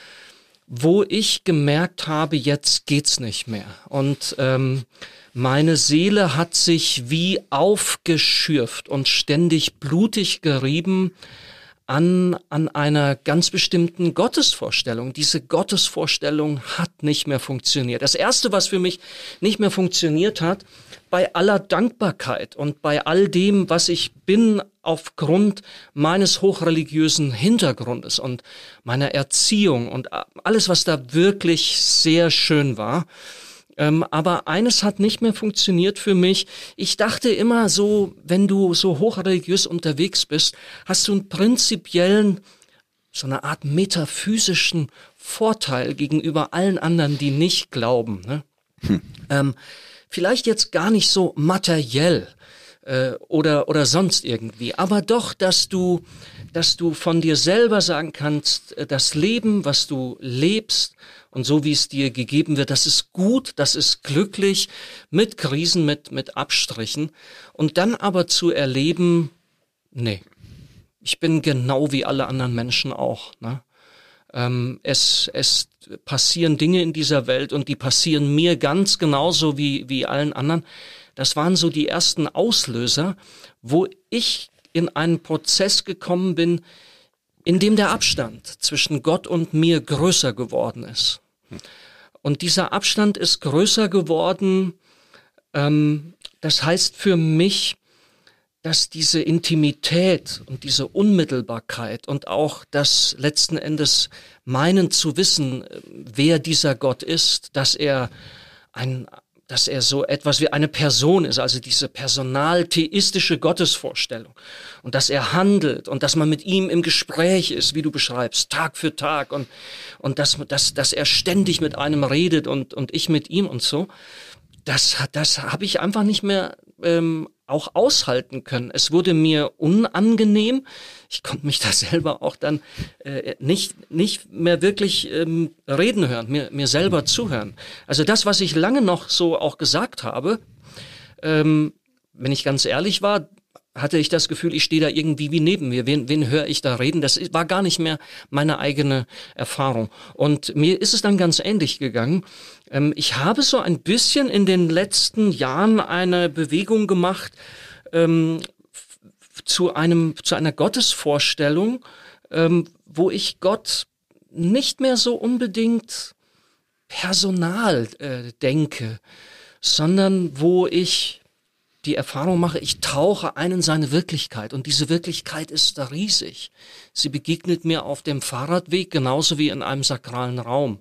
wo ich gemerkt habe, jetzt geht's nicht mehr. Und meine Seele hat sich wie aufgeschürft und ständig blutig gerieben an einer ganz bestimmten Gottesvorstellung. Diese Gottesvorstellung hat nicht mehr funktioniert. Das Erste, was für mich nicht mehr funktioniert hat, bei aller Dankbarkeit und bei all dem, was ich bin aufgrund meines hochreligiösen Hintergrundes und meiner Erziehung und alles, was da wirklich sehr schön war. Aber eines hat nicht mehr funktioniert für mich. Ich dachte immer so, wenn du so hochreligiös unterwegs bist, hast du einen prinzipiellen, so eine Art metaphysischen Vorteil gegenüber allen anderen, die nicht glauben. Ne? Vielleicht jetzt gar nicht so materiell oder sonst irgendwie, aber doch, dass du von dir selber sagen kannst, das Leben, was du lebst und so wie es dir gegeben wird, das ist gut, das ist glücklich, mit Krisen, mit Abstrichen, und dann aber zu erleben, nee, ich bin genau wie alle anderen Menschen auch, ne? Es passieren Dinge in dieser Welt und die passieren mir ganz genauso wie allen anderen. Das waren so die ersten Auslöser, wo ich in einen Prozess gekommen bin, in dem der Abstand zwischen Gott und mir größer geworden ist. Und dieser Abstand ist größer geworden, das heißt für mich, dass diese Intimität und diese Unmittelbarkeit und auch das letzten Endes meinen zu wissen, wer dieser Gott ist, dass er so etwas wie eine Person ist, also diese personal-theistische Gottesvorstellung und dass er handelt und dass man mit ihm im Gespräch ist, wie du beschreibst, Tag für Tag und dass er ständig mit einem redet und ich mit ihm und so, das habe ich einfach nicht mehr auch aushalten können. Es wurde mir unangenehm. Ich konnte mich da selber auch dann nicht mehr wirklich reden hören, mir selber zuhören. Also das, was ich lange noch so auch gesagt habe, wenn ich ganz ehrlich war, hatte ich das Gefühl, ich stehe da irgendwie wie neben mir. Wen höre ich da reden? Das war gar nicht mehr meine eigene Erfahrung. Und mir ist es dann ganz ähnlich gegangen. Ich habe so ein bisschen in den letzten Jahren eine Bewegung gemacht zu einer Gottesvorstellung, wo ich Gott nicht mehr so unbedingt personal denke, sondern wo ich die Erfahrung mache, ich tauche ein in seine Wirklichkeit und diese Wirklichkeit ist da riesig. Sie begegnet mir auf dem Fahrradweg genauso wie in einem sakralen Raum.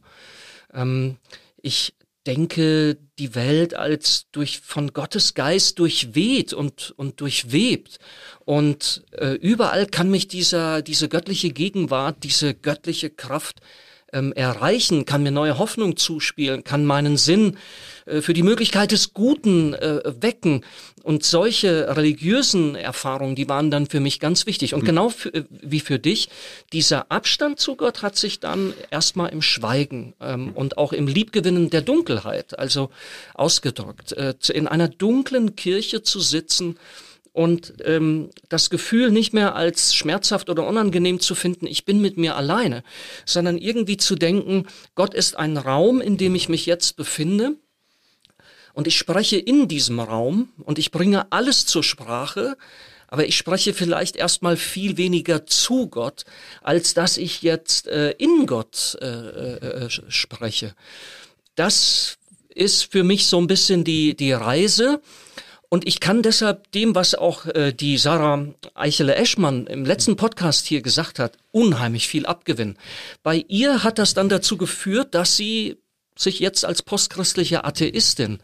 Ich denke die Welt als von Gottes Geist durchweht und durchwebt und überall kann mich diese göttliche Gegenwart, diese göttliche Kraft erreichen, kann mir neue Hoffnung zuspielen, kann meinen Sinn für die Möglichkeit des Guten wecken. Und solche religiösen Erfahrungen, die waren dann für mich ganz wichtig. Und genau wie für dich, dieser Abstand zu Gott hat sich dann erstmal im Schweigen und auch im Liebgewinnen der Dunkelheit, also ausgedrückt, in einer dunklen Kirche zu sitzen und das Gefühl nicht mehr als schmerzhaft oder unangenehm zu finden, ich bin mit mir alleine, sondern irgendwie zu denken, Gott ist ein Raum, in dem ich mich jetzt befinde und ich spreche in diesem Raum und ich bringe alles zur Sprache, aber ich spreche vielleicht erstmal viel weniger zu Gott, als dass ich jetzt in Gott spreche. Das ist für mich so ein bisschen die Reise. Und ich kann deshalb dem, was auch die Sarah Eichele-Eschmann im letzten Podcast hier gesagt hat, unheimlich viel abgewinnen. Bei ihr hat das dann dazu geführt, dass sie sich jetzt als postchristliche Atheistin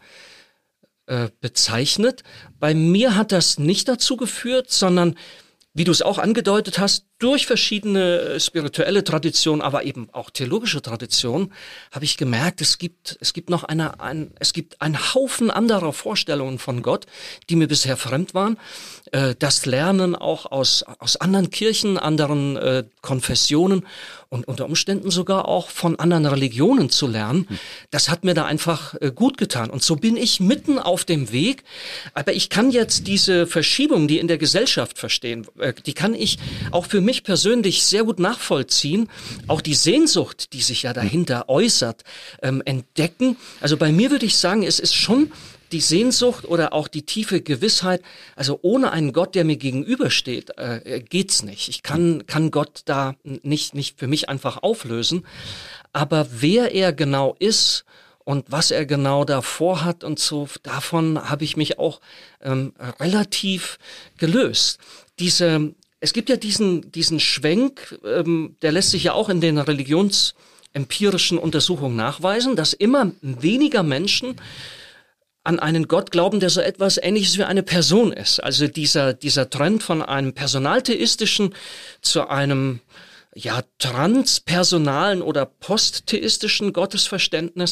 bezeichnet. Bei mir hat das nicht dazu geführt, sondern, wie du es auch angedeutet hast, durch verschiedene spirituelle Traditionen, aber eben auch theologische Traditionen, habe ich gemerkt, es gibt noch einen Haufen anderer Vorstellungen von Gott, die mir bisher fremd waren. Das Lernen auch aus anderen Kirchen, anderen Konfessionen und unter Umständen sogar auch von anderen Religionen zu lernen, das hat mir da einfach gut getan. Und so bin ich mitten auf dem Weg. Aber ich kann jetzt diese Verschiebung, die in der Gesellschaft die kann ich auch für mich persönlich sehr gut nachvollziehen. Auch die Sehnsucht, die sich ja dahinter äußert, entdecken. Also bei mir würde ich sagen, es ist schon die Sehnsucht oder auch die tiefe Gewissheit, also ohne einen Gott, der mir gegenübersteht, geht's nicht. Ich kann Gott da nicht für mich einfach auflösen. Aber wer er genau ist und was er genau da vorhat und so, davon habe ich mich auch relativ gelöst. Es gibt ja diesen Schwenk, der lässt sich ja auch in den religionsempirischen Untersuchungen nachweisen, dass immer weniger Menschen an einen Gott glauben, der so etwas Ähnliches wie eine Person ist. Also dieser Trend von einem personaltheistischen zu einem transpersonalen oder posttheistischen Gottesverständnis,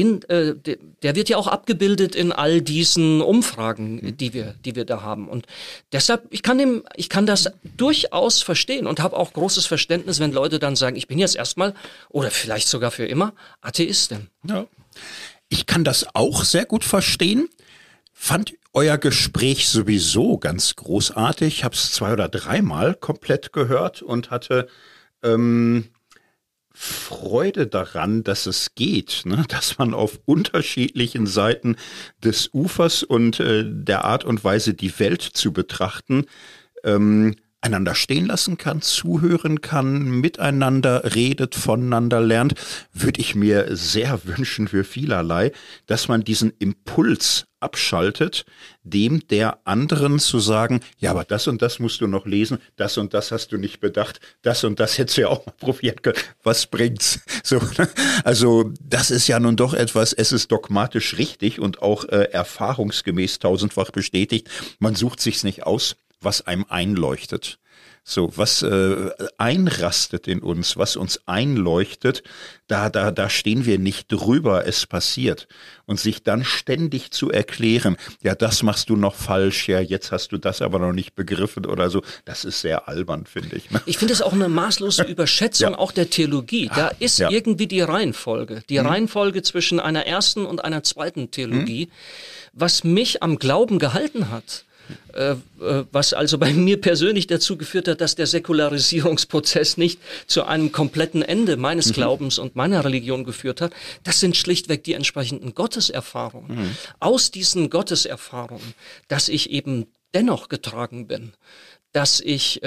der wird ja auch abgebildet in all diesen Umfragen, die wir da haben. Und deshalb, ich kann das durchaus verstehen und habe auch großes Verständnis, wenn Leute dann sagen, ich bin jetzt erstmal oder vielleicht sogar für immer Atheistin. Ja. Ich kann das auch sehr gut verstehen. Fand euer Gespräch sowieso ganz großartig. Ich habe es 2 oder 3 Mal komplett gehört und hatte Freude daran, dass es geht, ne? Dass man auf unterschiedlichen Seiten des Ufers und der Art und Weise, die Welt zu betrachten, einander stehen lassen kann, zuhören kann, miteinander redet, voneinander lernt, würde ich mir sehr wünschen für vielerlei, dass man diesen Impuls abschaltet, dem der anderen zu sagen, ja, aber das und das musst du noch lesen, das und das hast du nicht bedacht, das und das hättest du ja auch mal probieren können. Was bringt's? So, ne? Also das ist ja nun doch etwas, es ist dogmatisch richtig und auch erfahrungsgemäß tausendfach bestätigt. Man sucht sich's nicht aus, was einem einleuchtet. So, was einrastet in uns, was uns einleuchtet, da stehen wir nicht drüber, es passiert. Und sich dann ständig zu erklären, ja, das machst du noch falsch, ja, jetzt hast du das aber noch nicht begriffen oder so, das ist sehr albern, finde ich. Ich finde es auch eine maßlose Überschätzung auch der Theologie. Da ist irgendwie die Reihenfolge. Die Reihenfolge zwischen einer ersten und einer zweiten Theologie, was mich am Glauben gehalten hat. Was also bei mir persönlich dazu geführt hat, dass der Säkularisierungsprozess nicht zu einem kompletten Ende meines Glaubens und meiner Religion geführt hat, das sind schlichtweg die entsprechenden Gotteserfahrungen. Aus diesen Gotteserfahrungen, dass ich eben dennoch getragen bin, dass ich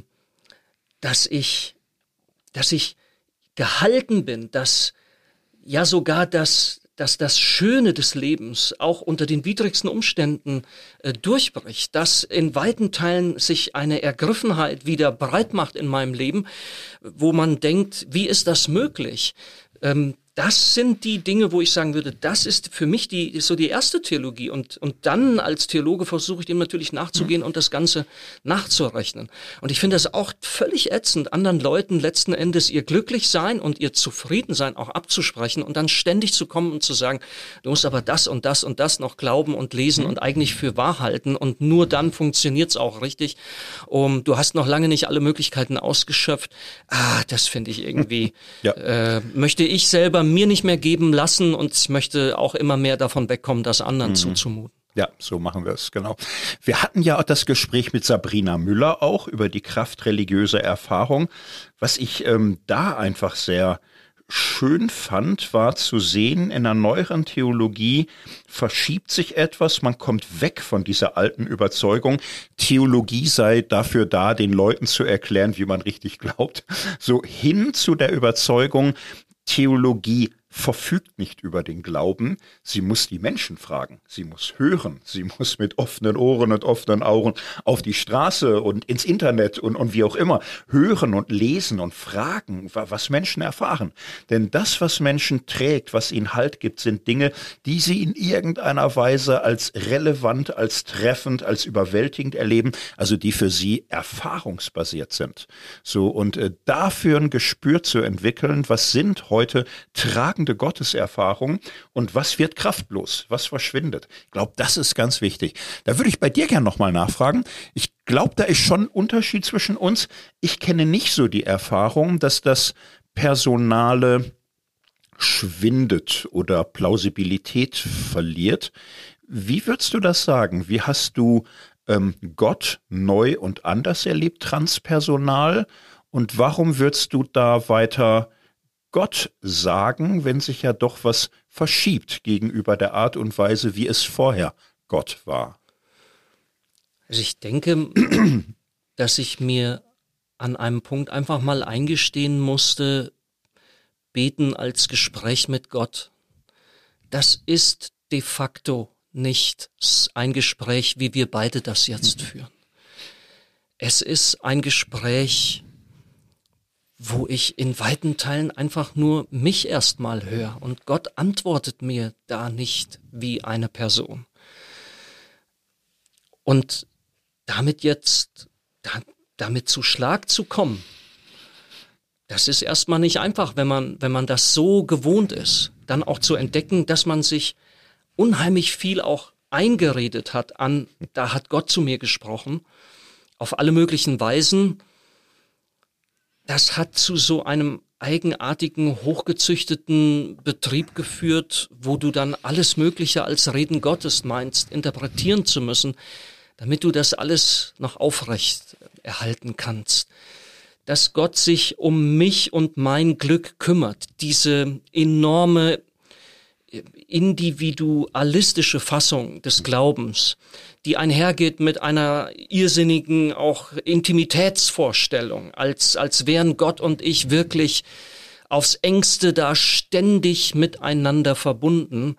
gehalten bin, dass ja sogar dass das Schöne des Lebens auch unter den widrigsten Umständen durchbricht, dass in weiten Teilen sich eine Ergriffenheit wieder breit macht in meinem Leben, wo man denkt, wie ist das möglich? Das sind die Dinge, wo ich sagen würde, das ist für mich die erste Theologie. Und dann als Theologe versuche ich dem natürlich nachzugehen und das Ganze nachzurechnen. Und ich finde das auch völlig ätzend, anderen Leuten letzten Endes ihr Glücklichsein und ihr Zufriedensein auch abzusprechen und dann ständig zu kommen und zu sagen, du musst aber das und das und das noch glauben und lesen und eigentlich für wahr halten und nur dann funktioniert's auch richtig. Du hast noch lange nicht alle Möglichkeiten ausgeschöpft. Das finde ich irgendwie, möchte ich selber mir nicht mehr geben lassen und ich möchte auch immer mehr davon wegkommen, das anderen zuzumuten. Ja, so machen wir es, genau. Wir hatten ja auch das Gespräch mit Sabrina Müller auch über die Kraft religiöser Erfahrung. Was ich da einfach sehr schön fand, war zu sehen, in der neueren Theologie verschiebt sich etwas, man kommt weg von dieser alten Überzeugung, Theologie sei dafür da, den Leuten zu erklären, wie man richtig glaubt, so hin zu der Überzeugung, Theologie verfügt nicht über den Glauben, sie muss die Menschen fragen, sie muss hören, sie muss mit offenen Ohren und offenen Augen auf die Straße und ins Internet und wie auch immer hören und lesen und fragen, was Menschen erfahren. Denn das, was Menschen trägt, was ihnen Halt gibt, sind Dinge, die sie in irgendeiner Weise als relevant, als treffend, als überwältigend erleben, also die für sie erfahrungsbasiert sind. So, und dafür ein Gespür zu entwickeln, was sind heute tragende Gotteserfahrungen und was wird kraftlos, was verschwindet. Ich glaube, das ist ganz wichtig. Da würde ich bei dir gerne nochmal nachfragen. Ich glaube, da ist schon ein Unterschied zwischen uns. Ich kenne nicht so die Erfahrung, dass das Personale schwindet oder Plausibilität verliert. Wie würdest du das sagen? Wie hast du Gott neu und anders erlebt, transpersonal? Und warum würdest du da weiter Gott sagen, wenn sich ja doch was verschiebt gegenüber der Art und Weise, wie es vorher Gott war? Also ich denke, dass ich mir an einem Punkt einfach mal eingestehen musste, beten als Gespräch mit Gott. Das ist de facto nicht ein Gespräch, wie wir beide das jetzt führen. Es ist ein Gespräch, wo ich in weiten Teilen einfach nur mich erstmal höre und Gott antwortet mir da nicht wie eine Person. Und damit zu Schlag zu kommen, das ist erstmal nicht einfach, wenn man das so gewohnt ist, dann auch zu entdecken, dass man sich unheimlich viel auch eingeredet hat da hat Gott zu mir gesprochen, auf alle möglichen Weisen. Das hat zu so einem eigenartigen, hochgezüchteten Betrieb geführt, wo du dann alles Mögliche als Reden Gottes meinst, interpretieren zu müssen, damit du das alles noch aufrecht erhalten kannst. dass Gott sich um mich und mein Glück kümmert. Diese enorme individualistische Fassung des Glaubens, die einhergeht mit einer irrsinnigen auch Intimitätsvorstellung, als wären Gott und ich wirklich aufs Engste da ständig miteinander verbunden.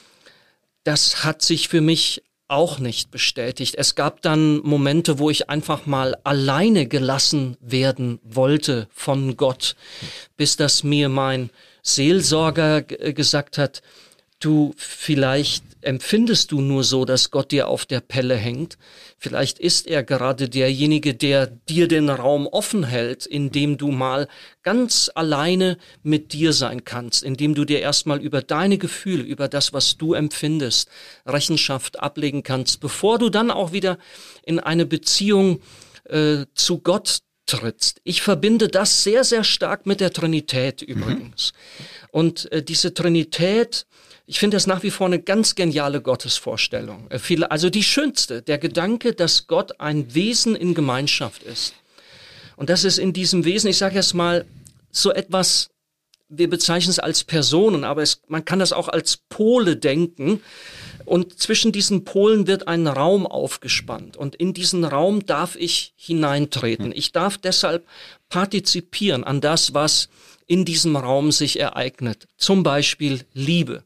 Das hat sich für mich auch nicht bestätigt. Es gab dann Momente, wo ich einfach mal alleine gelassen werden wollte von Gott, bis das mir mein Seelsorger gesagt hat, du, vielleicht empfindest du nur so, dass Gott dir auf der Pelle hängt. Vielleicht ist er gerade derjenige, der dir den Raum offen hält, indem du mal ganz alleine mit dir sein kannst, indem du dir erstmal über deine Gefühle, über das, was du empfindest, Rechenschaft ablegen kannst, bevor du dann auch wieder in eine Beziehung zu Gott trittst. Ich verbinde das sehr, sehr stark mit der Trinität übrigens. Und diese Trinität, ich finde das nach wie vor eine ganz geniale Gottesvorstellung. Also die schönste, der Gedanke, dass Gott ein Wesen in Gemeinschaft ist. Und dass es in diesem Wesen, ich sage jetzt mal, so etwas, wir bezeichnen es als Personen, aber man kann das auch als Pole denken. Und zwischen diesen Polen wird ein Raum aufgespannt. Und in diesen Raum darf ich hineintreten. Ich darf deshalb partizipieren an das, was in diesem Raum sich ereignet. Zum Beispiel Liebe.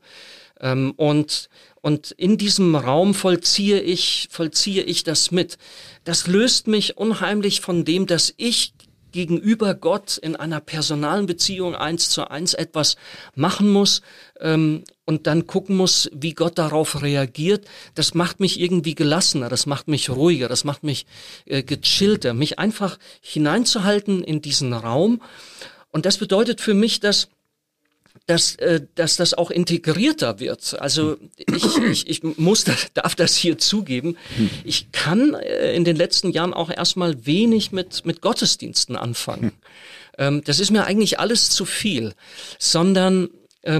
Und in diesem Raum vollziehe ich das mit. Das löst mich unheimlich von dem, dass ich gegenüber Gott in einer personalen Beziehung 1:1 etwas machen muss und dann gucken muss, wie Gott darauf reagiert. Das macht mich irgendwie gelassener, das macht mich ruhiger, das macht mich gechillter, mich einfach hineinzuhalten in diesen Raum. Und das bedeutet für mich, dass das auch integrierter wird. Also ich darf das hier zugeben. Ich kann in den letzten Jahren auch erstmal wenig mit Gottesdiensten anfangen. Das ist mir eigentlich alles zu viel, sondern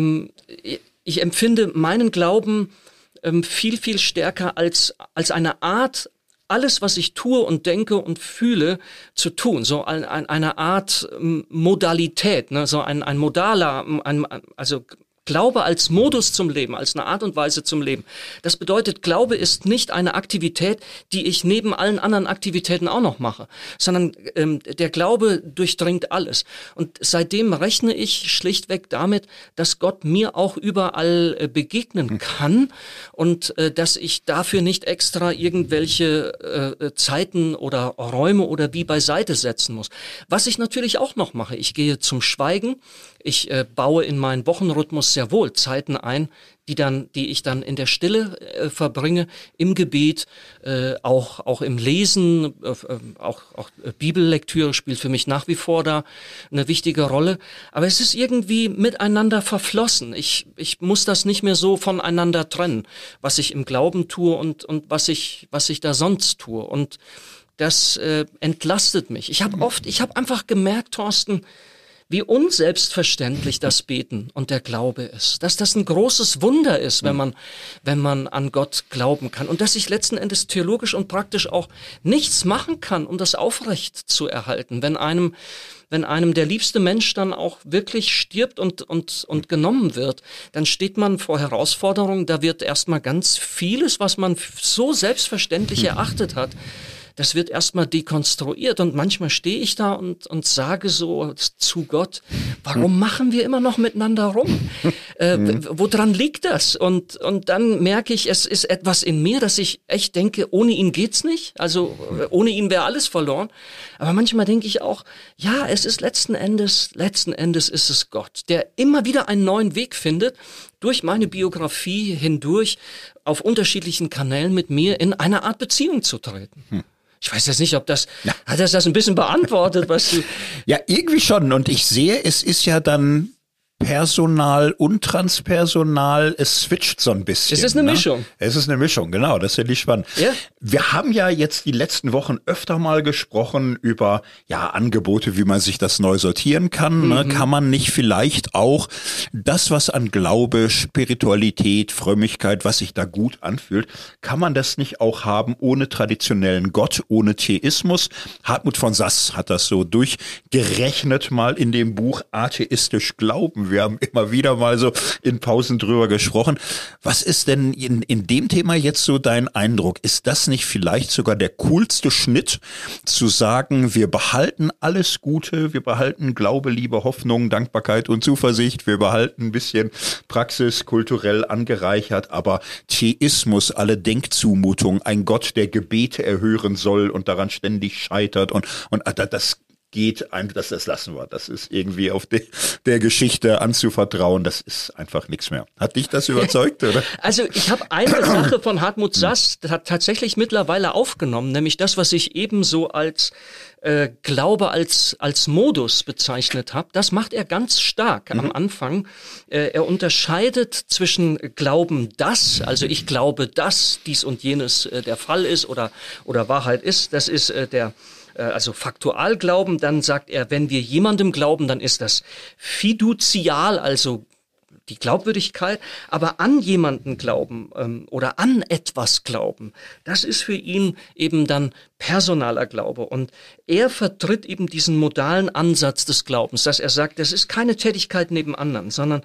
ich empfinde meinen Glauben viel, viel stärker als eine Art, alles, was ich tue und denke und fühle, zu tun. So eine Art Modalität, ne? So ein modaler, also Glaube als Modus zum Leben, als eine Art und Weise zum Leben. Das bedeutet, Glaube ist nicht eine Aktivität, die ich neben allen anderen Aktivitäten auch noch mache, sondern der Glaube durchdringt alles. Und seitdem rechne ich schlichtweg damit, dass Gott mir auch überall begegnen kann und dass ich dafür nicht extra irgendwelche Zeiten oder Räume oder wie beiseite setzen muss. Was ich natürlich auch noch mache, ich gehe zum Schweigen, ich baue in meinen Wochenrhythmus sehr wohl Zeiten ein, die ich dann in der Stille verbringe, im Gebet, auch im Lesen, auch Bibellektüre spielt für mich nach wie vor da eine wichtige Rolle. Aber es ist irgendwie miteinander verflossen. Ich muss das nicht mehr so voneinander trennen, was ich im Glauben tue und was ich da sonst tue. Und das entlastet mich. Ich habe einfach gemerkt, Thorsten, wie unselbstverständlich das Beten und der Glaube ist. Dass das ein großes Wunder ist, wenn man an Gott glauben kann. Und dass ich letzten Endes theologisch und praktisch auch nichts machen kann, um das aufrecht zu erhalten. Wenn einem der liebste Mensch dann auch wirklich stirbt und genommen wird, dann steht man vor Herausforderungen. Da wird erstmal ganz vieles, was man so selbstverständlich erachtet hat, das wird erstmal dekonstruiert und manchmal stehe ich da und sage so zu Gott, warum machen wir immer noch miteinander rum? Woran liegt das? Und dann merke ich, es ist etwas in mir, dass ich echt denke, ohne ihn geht's nicht. Also ohne ihn wäre alles verloren. Aber manchmal denke ich auch, ja, es ist letzten Endes ist es Gott, der immer wieder einen neuen Weg findet, durch meine Biografie hindurch auf unterschiedlichen Kanälen mit mir in eine Art Beziehung zu treten. Ich weiß jetzt nicht, hat das ein bisschen beantwortet, was du... Ja, irgendwie schon. Und ich sehe, es ist ja dann personal und transpersonal, es switcht so ein bisschen. Es ist eine Mischung. Es ist eine Mischung, genau, das finde ich spannend. Ja. Wir haben ja jetzt die letzten Wochen öfter mal gesprochen über Angebote, wie man sich das neu sortieren kann. Ne? Kann man nicht vielleicht auch das, was an Glaube, Spiritualität, Frömmigkeit, was sich da gut anfühlt, kann man das nicht auch haben ohne traditionellen Gott, ohne Theismus? Hartmut von Sass hat das so durchgerechnet mal in dem Buch Atheistisch Glauben. Wir haben immer wieder mal so in Pausen drüber gesprochen. Was ist denn in dem Thema jetzt so dein Eindruck? Ist das nicht vielleicht sogar der coolste Schnitt, zu sagen, wir behalten alles Gute, wir behalten Glaube, Liebe, Hoffnung, Dankbarkeit und Zuversicht, wir behalten ein bisschen Praxis kulturell angereichert, aber Theismus, alle Denkzumutungen, ein Gott, der Gebete erhören soll und daran ständig scheitert und das geht einem, das lassen wir. Das ist irgendwie auf der Geschichte anzuvertrauen. Das ist einfach nichts mehr. Hat dich das überzeugt, oder? Also ich habe eine Sache von Hartmut Sass tatsächlich mittlerweile aufgenommen, nämlich das, was ich eben so als Glaube als Modus bezeichnet habe. Das macht er ganz stark am Anfang. Er unterscheidet zwischen Glauben, dass, also ich glaube, dass dies und jenes der Fall ist oder Wahrheit ist. Das ist also Faktualglauben. Dann sagt er, wenn wir jemandem glauben, dann ist das fiduzial, also die Glaubwürdigkeit, aber an jemanden glauben oder an etwas glauben, das ist für ihn eben dann personaler Glaube. Und er vertritt eben diesen modalen Ansatz des Glaubens, dass er sagt, das ist keine Tätigkeit neben anderen, sondern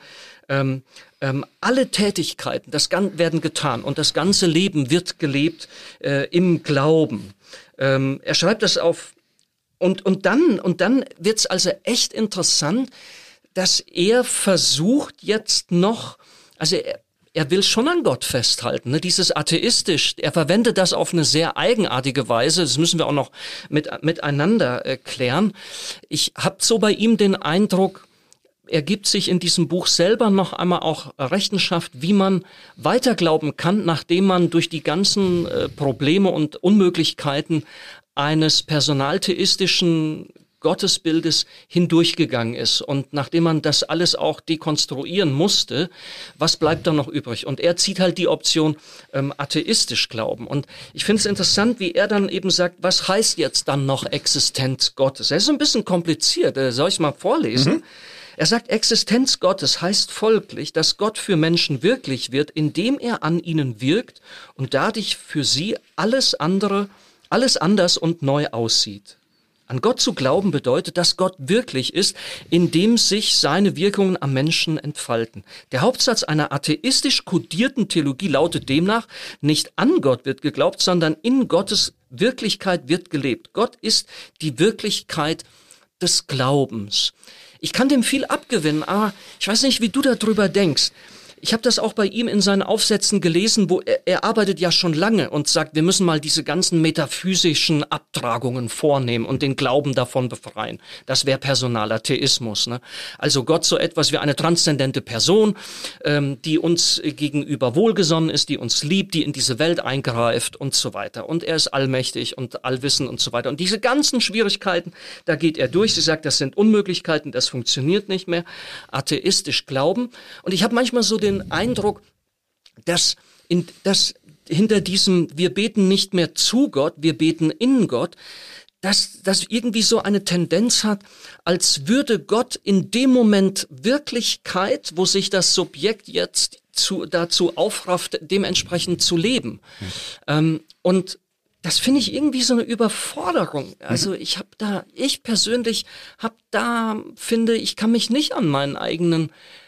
alle Tätigkeiten, werden getan und das ganze Leben wird gelebt im Glauben. Er schreibt das auf und dann wird's also echt interessant, dass er versucht jetzt noch, also er will schon an Gott festhalten, ne? Dieses atheistisch, er verwendet das auf eine sehr eigenartige Weise, das müssen wir auch noch miteinander klären. Ich habe so bei ihm den Eindruck, er gibt sich in diesem Buch selber noch einmal auch Rechenschaft, wie man weiterglauben kann, nachdem man durch die ganzen Probleme und Unmöglichkeiten eines personaltheistischen Gottesbildes hindurchgegangen ist. Und nachdem man das alles auch dekonstruieren musste, was bleibt da noch übrig? Und er zieht halt die Option atheistisch glauben. Und ich finde es interessant, wie er dann eben sagt, was heißt jetzt dann noch Existenz Gottes? Das ist ein bisschen kompliziert. Soll ich es mal vorlesen? Er sagt, Existenz Gottes heißt folglich, dass Gott für Menschen wirklich wird, indem er an ihnen wirkt und dadurch für sie alles anders und neu aussieht. An Gott zu glauben bedeutet, dass Gott wirklich ist, indem sich seine Wirkungen am Menschen entfalten. Der Hauptsatz einer atheistisch kodierten Theologie lautet demnach, nicht an Gott wird geglaubt, sondern in Gottes Wirklichkeit wird gelebt. Gott ist die Wirklichkeit des Glaubens. Ich kann dem viel abgewinnen, aber ich weiß nicht, wie du darüber denkst. Ich habe das auch bei ihm in seinen Aufsätzen gelesen, wo er arbeitet ja schon lange und sagt, wir müssen mal diese ganzen metaphysischen Abtragungen vornehmen und den Glauben davon befreien. Das wäre personaler Theismus. Ne? Also Gott so etwas wie eine transzendente Person, die uns gegenüber wohlgesonnen ist, die uns liebt, die in diese Welt eingreift und so weiter. Und er ist allmächtig und allwissend und so weiter. Und diese ganzen Schwierigkeiten, da geht er durch. Sie sagt, das sind Unmöglichkeiten, das funktioniert nicht mehr. Atheistisch glauben. Und ich habe manchmal so den Eindruck, dass hinter diesem wir beten nicht mehr zu Gott, wir beten in Gott, dass das irgendwie so eine Tendenz hat, als würde Gott in dem Moment Wirklichkeit, wo sich das Subjekt jetzt dazu aufrafft, dementsprechend zu leben. Und das finde ich irgendwie so eine Überforderung. Also ich persönlich finde, ich kann mich nicht an meinen eigenen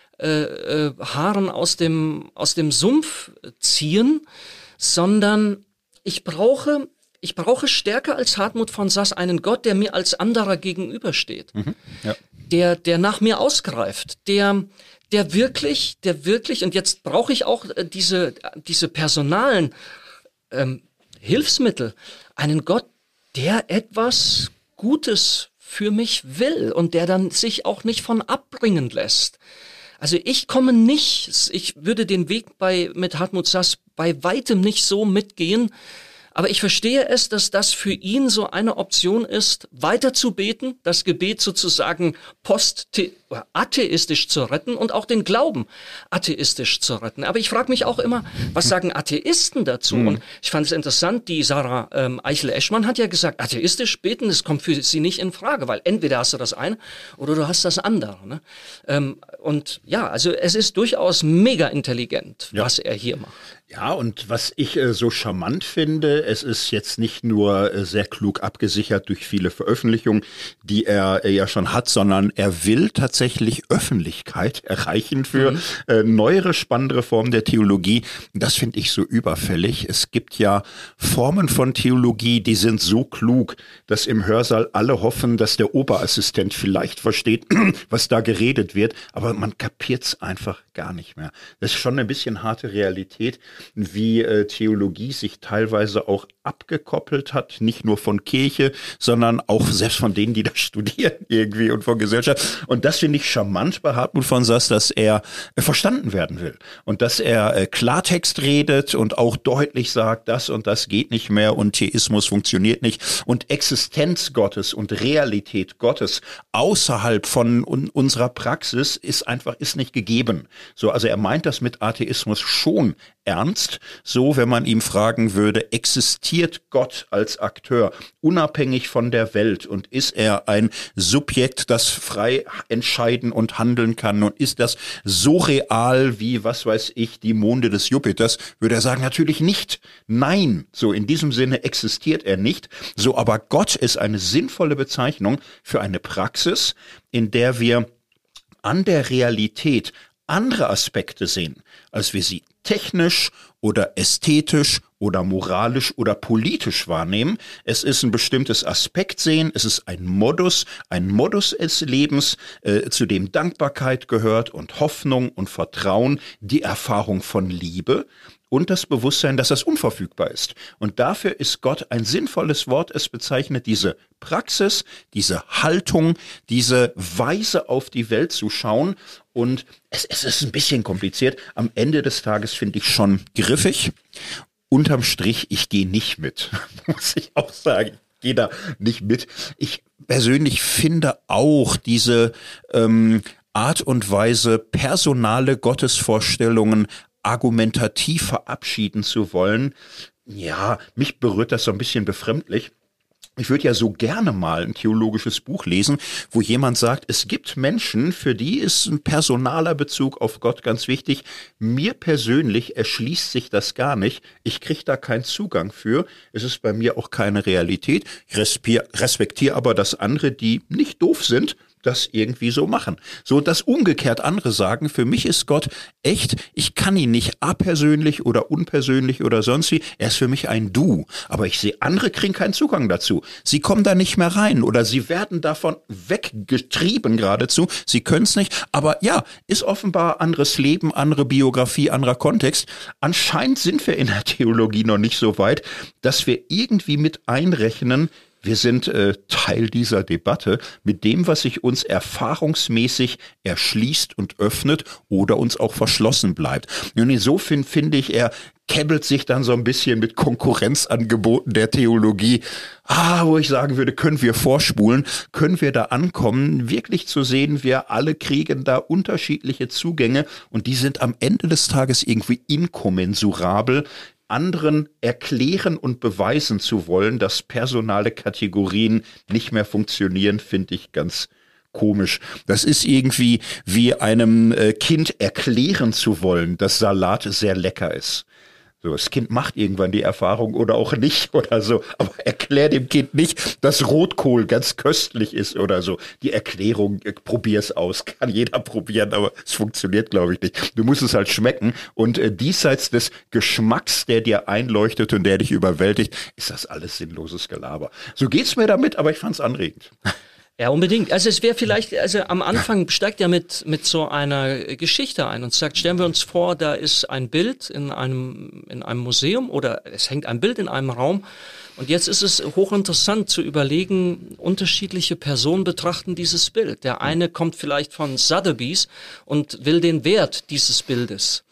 Haaren aus dem Sumpf ziehen, sondern ich brauche stärker als Hartmut von Sass einen Gott, der mir als anderer gegenübersteht, der nach mir ausgreift, der wirklich, und jetzt brauche ich auch diese personalen Hilfsmittel, einen Gott, der etwas Gutes für mich will und der dann sich auch nicht von abbringen lässt. Also ich würde den Weg mit Hartmut Sass bei weitem nicht so mitgehen, aber ich verstehe es, dass das für ihn so eine Option ist, weiter zu beten, das Gebet sozusagen atheistisch zu retten und auch den Glauben atheistisch zu retten. Aber ich frage mich auch immer, was sagen Atheisten dazu? Und ich fand es interessant, die Sarah Eichel-Eschmann hat ja gesagt, atheistisch beten, das kommt für sie nicht in Frage, weil entweder hast du das eine oder du hast das andere. Ne? Und ja, also es ist durchaus mega intelligent, was er hier macht. Ja, und was ich so charmant finde, es ist jetzt nicht nur sehr klug abgesichert durch viele Veröffentlichungen, die er ja schon hat, sondern er will tatsächlich Öffentlichkeit erreichen für neuere, spannendere Formen der Theologie. Das finde ich so überfällig. Es gibt ja Formen von Theologie, die sind so klug, dass im Hörsaal alle hoffen, dass der Oberassistent vielleicht versteht, was da geredet wird, aber man kapiert's einfach gar nicht mehr. Das ist schon ein bisschen harte Realität, wie Theologie sich teilweise auch abgekoppelt hat, nicht nur von Kirche, sondern auch selbst von denen, die da studieren irgendwie und von Gesellschaft. Und das finde ich charmant bei Hartmut von Sass, dass er verstanden werden will und dass er Klartext redet und auch deutlich sagt, das und das geht nicht mehr und Theismus funktioniert nicht und Existenz Gottes und Realität Gottes außerhalb von unserer Praxis ist nicht gegeben. So, also er meint das mit Atheismus schon ernst, so wenn man ihm fragen würde, existiert Gott als Akteur unabhängig von der Welt und ist er ein Subjekt, das frei entscheiden und handeln kann und ist das so real wie, was weiß ich, die Monde des Jupiters, würde er sagen, natürlich nicht. Nein, so in diesem Sinne existiert er nicht. So, aber Gott ist eine sinnvolle Bezeichnung für eine Praxis, in der wir an der Realität andere Aspekte sehen, als wir sie technisch oder ästhetisch oder moralisch oder politisch wahrnehmen. Es ist ein bestimmtes Aspekt sehen, es ist ein Modus des Lebens, zu dem Dankbarkeit gehört und Hoffnung und Vertrauen, die Erfahrung von Liebe und das Bewusstsein, dass das unverfügbar ist. Und dafür ist Gott ein sinnvolles Wort. Es bezeichnet diese Praxis, diese Haltung, diese Weise auf die Welt zu schauen. Und es ist ein bisschen kompliziert. Am Ende des Tages finde ich schon griffig. Unterm Strich, ich gehe nicht mit, muss ich auch sagen. Ich gehe da nicht mit. Ich persönlich finde auch diese Art und Weise, personale Gottesvorstellungen argumentativ verabschieden zu wollen, ja, mich berührt das so ein bisschen befremdlich. Ich würde ja so gerne mal ein theologisches Buch lesen, wo jemand sagt, es gibt Menschen, für die ist ein personaler Bezug auf Gott ganz wichtig. Mir persönlich erschließt sich das gar nicht. Ich kriege da keinen Zugang für. Es ist bei mir auch keine Realität. Ich respektiere aber, dass andere, die nicht doof sind, das irgendwie so machen. So, dass umgekehrt andere sagen, für mich ist Gott echt, ich kann ihn nicht apersönlich oder unpersönlich oder sonst wie, er ist für mich ein Du. Aber ich sehe, andere kriegen keinen Zugang dazu. Sie kommen da nicht mehr rein oder sie werden davon weggetrieben geradezu. Sie können es nicht. Aber ja, ist offenbar anderes Leben, andere Biografie, anderer Kontext. Anscheinend sind wir in der Theologie noch nicht so weit, dass wir irgendwie mit einrechnen, wir sind Teil dieser Debatte mit dem, was sich uns erfahrungsmäßig erschließt und öffnet oder uns auch verschlossen bleibt. Und insofern finde ich, er käbbelt sich dann so ein bisschen mit Konkurrenzangeboten der Theologie. Wo ich sagen würde, können wir vorspulen, können wir da ankommen, wirklich zu sehen, wir alle kriegen da unterschiedliche Zugänge und die sind am Ende des Tages irgendwie inkommensurabel. Anderen erklären und beweisen zu wollen, dass personale Kategorien nicht mehr funktionieren, finde ich ganz komisch. Das ist irgendwie wie einem Kind erklären zu wollen, dass Salat sehr lecker ist. So, das Kind macht irgendwann die Erfahrung oder auch nicht oder so, aber erklär dem Kind nicht, dass Rotkohl ganz köstlich ist oder so. Die Erklärung, probier's aus, kann jeder probieren, aber es funktioniert, glaube ich, nicht. Du musst es halt schmecken und diesseits des Geschmacks, der dir einleuchtet und der dich überwältigt, ist das alles sinnloses Gelaber. So geht's mir damit, aber ich fand's anregend. Ja, unbedingt. Also es wäre vielleicht, also am Anfang steigt er mit so einer Geschichte ein und sagt, stellen wir uns vor, da ist ein Bild in einem Museum oder es hängt ein Bild in einem Raum und jetzt ist es hochinteressant zu überlegen, unterschiedliche Personen betrachten dieses Bild. Der eine kommt vielleicht von Sotheby's und will den Wert dieses Bildes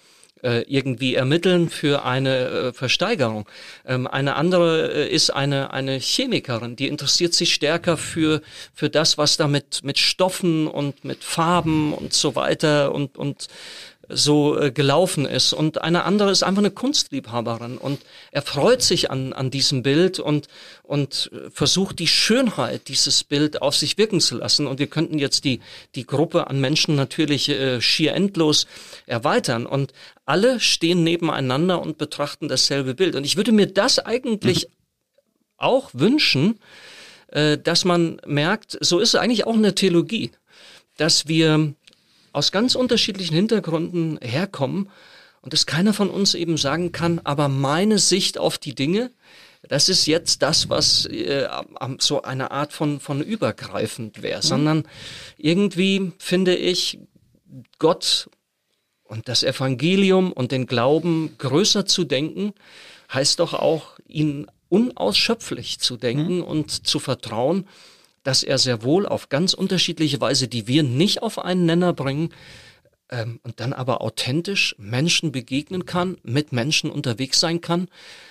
irgendwie ermitteln für eine Versteigerung. Eine andere ist eine Chemikerin, die interessiert sich stärker für das, was da mit Stoffen und mit Farben und so weiter und so gelaufen ist. Und eine andere ist einfach eine Kunstliebhaberin und er freut sich an diesem Bild und versucht die Schönheit dieses Bild auf sich wirken zu lassen. Und wir könnten jetzt die Gruppe an Menschen natürlich schier endlos erweitern. Und alle stehen nebeneinander und betrachten dasselbe Bild. Und ich würde mir das eigentlich auch wünschen, dass man merkt, so ist es eigentlich auch in der Theologie, dass wir aus ganz unterschiedlichen Hintergründen herkommen und dass keiner von uns eben sagen kann, aber meine Sicht auf die Dinge, das ist jetzt das, was so eine Art von übergreifend wäre, sondern irgendwie finde ich Gott und das Evangelium und den Glauben größer zu denken, heißt doch auch, ihn unausschöpflich zu denken und zu vertrauen, dass er sehr wohl auf ganz unterschiedliche Weise, die wir nicht auf einen Nenner bringen, und dann aber authentisch Menschen begegnen kann, mit Menschen unterwegs sein kann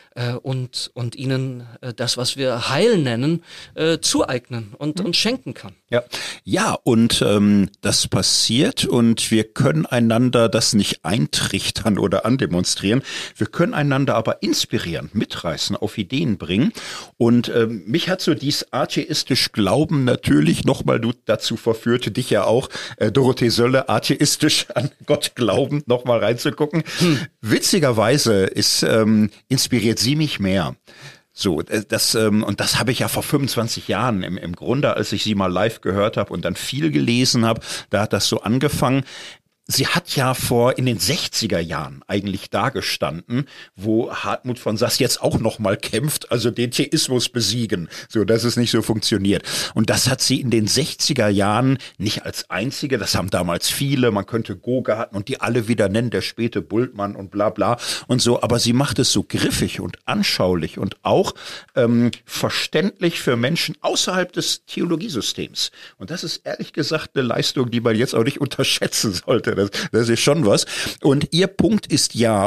und ihnen das, was wir Heil nennen, zueignen und schenken kann. Ja, und das passiert und wir können einander das nicht eintrichtern oder andemonstrieren. Wir können einander aber inspirieren, mitreißen, auf Ideen bringen. Und mich hat so dies atheistisch Glauben natürlich nochmal dazu verführt, dich ja auch, Dorothee Sölle, atheistisch an Gott glauben, nochmal reinzugucken. Witzigerweise inspiriert sie mich mehr. So, und das habe ich ja vor 25 Jahren im Grunde, als ich sie mal live gehört habe und dann viel gelesen habe, da hat das so angefangen. Sie hat ja in den 60er Jahren eigentlich dagestanden, wo Hartmut von Sass jetzt auch nochmal kämpft, also den Theismus besiegen, so dass es nicht so funktioniert. Und das hat sie in den 60er Jahren nicht als einzige, das haben damals viele, man könnte Gogarten und die alle wieder nennen, der späte Bultmann und bla bla und so, aber sie macht es so griffig und anschaulich und auch verständlich für Menschen außerhalb des Theologiesystems. Und das ist ehrlich gesagt eine Leistung, die man jetzt auch nicht unterschätzen sollte. Das ist schon was. Und ihr Punkt ist ja,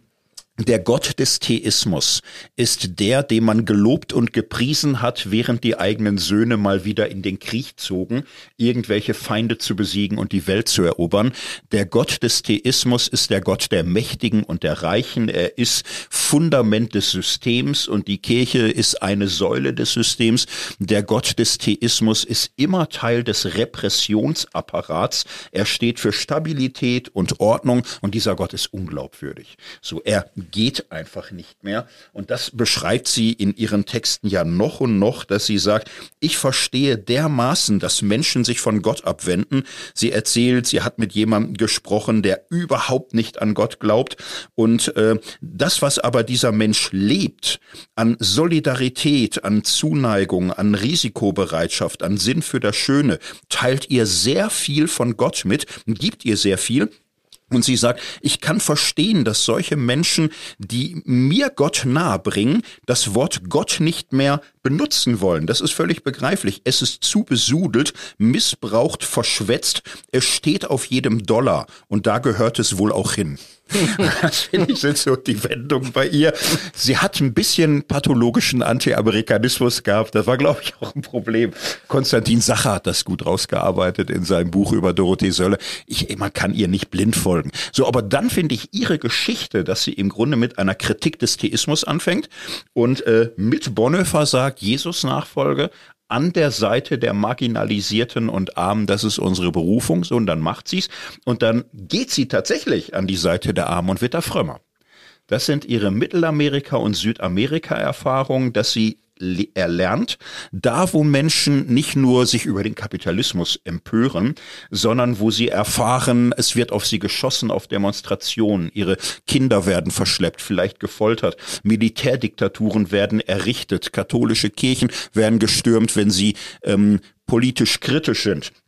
der Gott des Theismus ist der, den man gelobt und gepriesen hat, während die eigenen Söhne mal wieder in den Krieg zogen, irgendwelche Feinde zu besiegen und die Welt zu erobern. Der Gott des Theismus ist der Gott der Mächtigen und der Reichen. Er ist Fundament des Systems und die Kirche ist eine Säule des Systems. Der Gott des Theismus ist immer Teil des Repressionsapparats. Er steht für Stabilität und Ordnung und dieser Gott ist unglaubwürdig. So, er geht einfach nicht mehr. Und das beschreibt sie in ihren Texten ja noch und noch, dass sie sagt, ich verstehe dermaßen, dass Menschen sich von Gott abwenden. Sie erzählt, sie hat mit jemandem gesprochen, der überhaupt nicht an Gott glaubt. Und das, was aber dieser Mensch lebt, an Solidarität, an Zuneigung, an Risikobereitschaft, an Sinn für das Schöne, teilt ihr sehr viel von Gott mit, gibt ihr sehr viel. Und sie sagt, ich kann verstehen, dass solche Menschen, die mir Gott nahe bringen, das Wort Gott nicht mehr benutzen wollen. Das ist völlig begreiflich. Es ist zu besudelt, missbraucht, verschwätzt. Es steht auf jedem Dollar und da gehört es wohl auch hin. Das finde ich sind so die Wendungen bei ihr. Sie hat ein bisschen pathologischen Anti-Amerikanismus gehabt. Das war, glaube ich, auch ein Problem. Konstantin Sacher hat das gut rausgearbeitet in seinem Buch über Dorothee Sölle. Man kann ihr nicht blind folgen. So, aber dann finde ich ihre Geschichte, dass sie im Grunde mit einer Kritik des Theismus anfängt und mit Bonhoeffer sagt, Jesus-Nachfolge an der Seite der Marginalisierten und Armen, das ist unsere Berufung, so, und dann macht sie's. Und dann geht sie tatsächlich an die Seite der Armen und wird da frömmer. Das sind ihre Mittelamerika- und Südamerika-Erfahrungen, dass sie erlernt, da wo Menschen nicht nur sich über den Kapitalismus empören, sondern wo sie erfahren, es wird auf sie geschossen auf Demonstrationen, ihre Kinder werden verschleppt, vielleicht gefoltert, Militärdiktaturen werden errichtet, katholische Kirchen werden gestürmt, wenn sie politisch kritisch sind.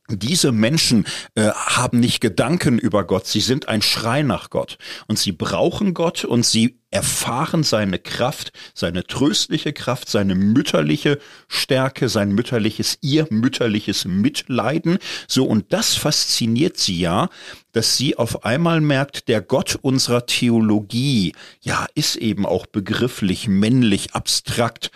Diese Menschen haben nicht Gedanken über Gott, sie sind ein Schrei nach Gott und sie brauchen Gott und sie erfahren seine Kraft, seine tröstliche Kraft, seine mütterliche Stärke, ihr mütterliches Mitleiden. So, und das fasziniert sie ja, dass sie auf einmal merkt, der Gott unserer Theologie, ja, ist eben auch begrifflich, männlich, abstrakt.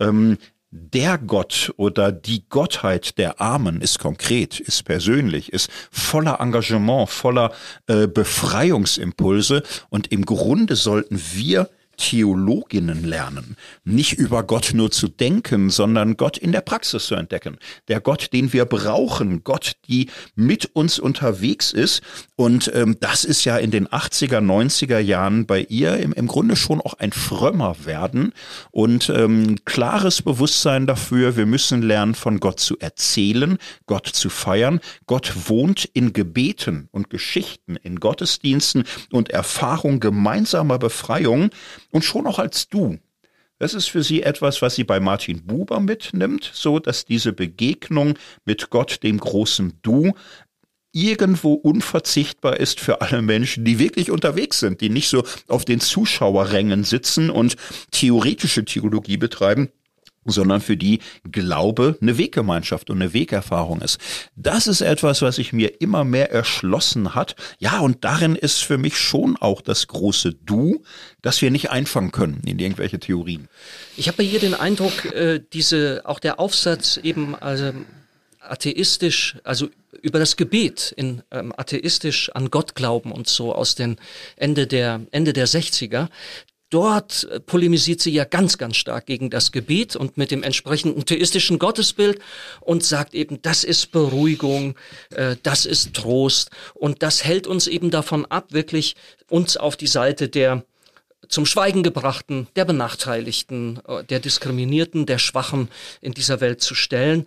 Der Gott oder die Gottheit der Armen ist konkret, ist persönlich, ist voller Engagement, voller Befreiungsimpulse, und im Grunde sollten wir Theologinnen lernen, nicht über Gott nur zu denken, sondern Gott in der Praxis zu entdecken. Der Gott, den wir brauchen, Gott, die mit uns unterwegs ist. Und das ist ja in den 80er, 90er Jahren bei ihr im Grunde schon auch ein frömmer werden und klares Bewusstsein dafür, wir müssen lernen, von Gott zu erzählen, Gott zu feiern. Gott wohnt in Gebeten und Geschichten, in Gottesdiensten und Erfahrung gemeinsamer Befreiung. Und schon auch als Du. Das ist für sie etwas, was sie bei Martin Buber mitnimmt, so dass diese Begegnung mit Gott, dem großen Du, irgendwo unverzichtbar ist für alle Menschen, die wirklich unterwegs sind, die nicht so auf den Zuschauerrängen sitzen und theoretische Theologie betreiben, sondern für die Glaube eine Weggemeinschaft und eine Wegerfahrung ist. Das ist etwas, was sich mir immer mehr erschlossen hat. Ja, und darin ist für mich schon auch das große Du, das wir nicht einfangen können in irgendwelche Theorien. Ich habe bei ihr den Eindruck, auch der Aufsatz eben atheistisch, also über das Gebet in atheistisch an Gott glauben und so aus den Ende der 60er. Dort polemisiert sie ja ganz, ganz stark gegen das Gebet und mit dem entsprechenden theistischen Gottesbild und sagt eben, das ist Beruhigung, das ist Trost, und das hält uns eben davon ab, wirklich uns auf die Seite der zum Schweigen gebrachten, der Benachteiligten, der Diskriminierten, der Schwachen in dieser Welt zu stellen.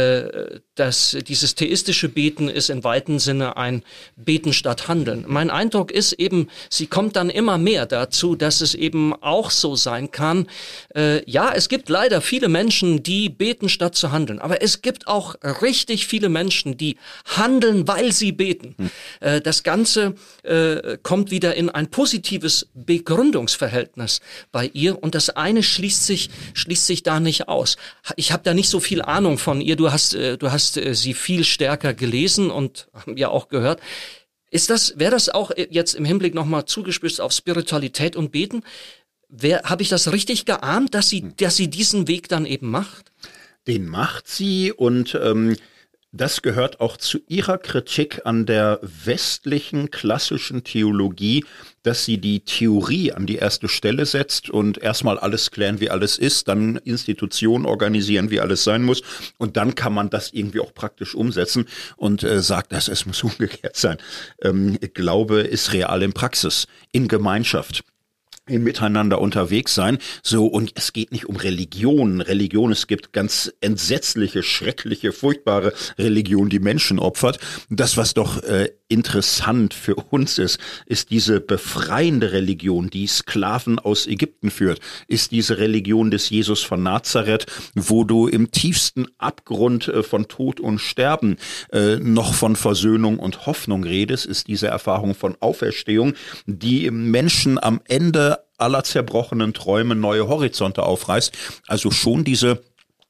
Dieses theistische Beten ist im weiten Sinne ein Beten statt Handeln. Mein Eindruck ist eben, sie kommt dann immer mehr dazu, dass es eben auch so sein kann. Ja, es gibt leider viele Menschen, die beten statt zu handeln, aber es gibt auch richtig viele Menschen, die handeln, weil sie beten. Das Ganze kommt wieder in ein positives Begründungsverhältnis bei ihr, und das eine schließt sich da nicht aus. Ich habe da nicht so viel Ahnung von ihr. Du hast sie viel stärker gelesen und ja auch gehört. Wäre das auch jetzt im Hinblick nochmal zugespitzt auf Spiritualität und Beten? Habe ich das richtig geahnt, dass sie diesen Weg dann eben macht? Den macht sie, und das gehört auch zu ihrer Kritik an der westlichen klassischen Theologie, dass sie die Theorie an die erste Stelle setzt und erstmal alles klären, wie alles ist, dann Institutionen organisieren, wie alles sein muss, und dann kann man das irgendwie auch praktisch umsetzen und sagt, es muss umgekehrt sein. Glaube ist real in Praxis, in Gemeinschaft, im Miteinander unterwegs sein. So, und es geht nicht um Religion. Es gibt ganz entsetzliche, schreckliche, furchtbare Religionen, die Menschen opfert. Das, was doch interessant für uns ist diese befreiende Religion, die Sklaven aus Ägypten führt, ist diese Religion des Jesus von Nazareth, wo du im tiefsten Abgrund von Tod und Sterben noch von Versöhnung und Hoffnung redest, ist diese Erfahrung von Auferstehung, die Menschen am Ende aller zerbrochenen Träume neue Horizonte aufreißt. Also schon diese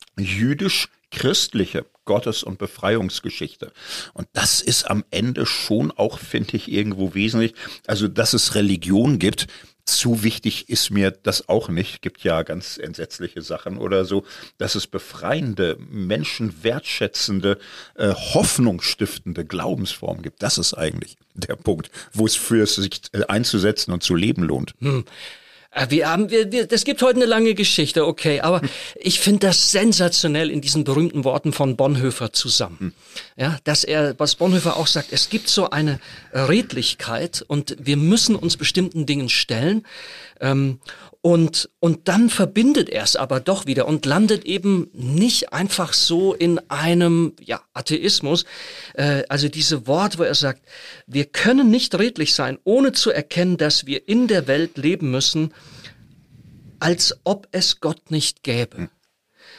jüdisch-christliche Gottes- und Befreiungsgeschichte. Und das ist am Ende schon auch, finde ich, irgendwo wesentlich. Also, dass es Religion gibt, zu wichtig ist mir das auch nicht. Gibt ja ganz entsetzliche Sachen oder so. Dass es befreiende, menschenwertschätzende, hoffnungsstiftende Glaubensformen gibt. Das ist eigentlich der Punkt, wo es für sich einzusetzen und zu leben lohnt. Das gibt heute eine lange Geschichte, okay, aber ich finde das sensationell in diesen berühmten Worten von Bonhoeffer zusammen. Ja, was Bonhoeffer auch sagt, es gibt so eine Redlichkeit und wir müssen uns bestimmten Dingen stellen, und dann verbindet er es aber doch wieder und landet eben nicht einfach so in einem Atheismus. Also diese Wort, wo er sagt, wir können nicht redlich sein, ohne zu erkennen, dass wir in der Welt leben müssen, als ob es Gott nicht gäbe.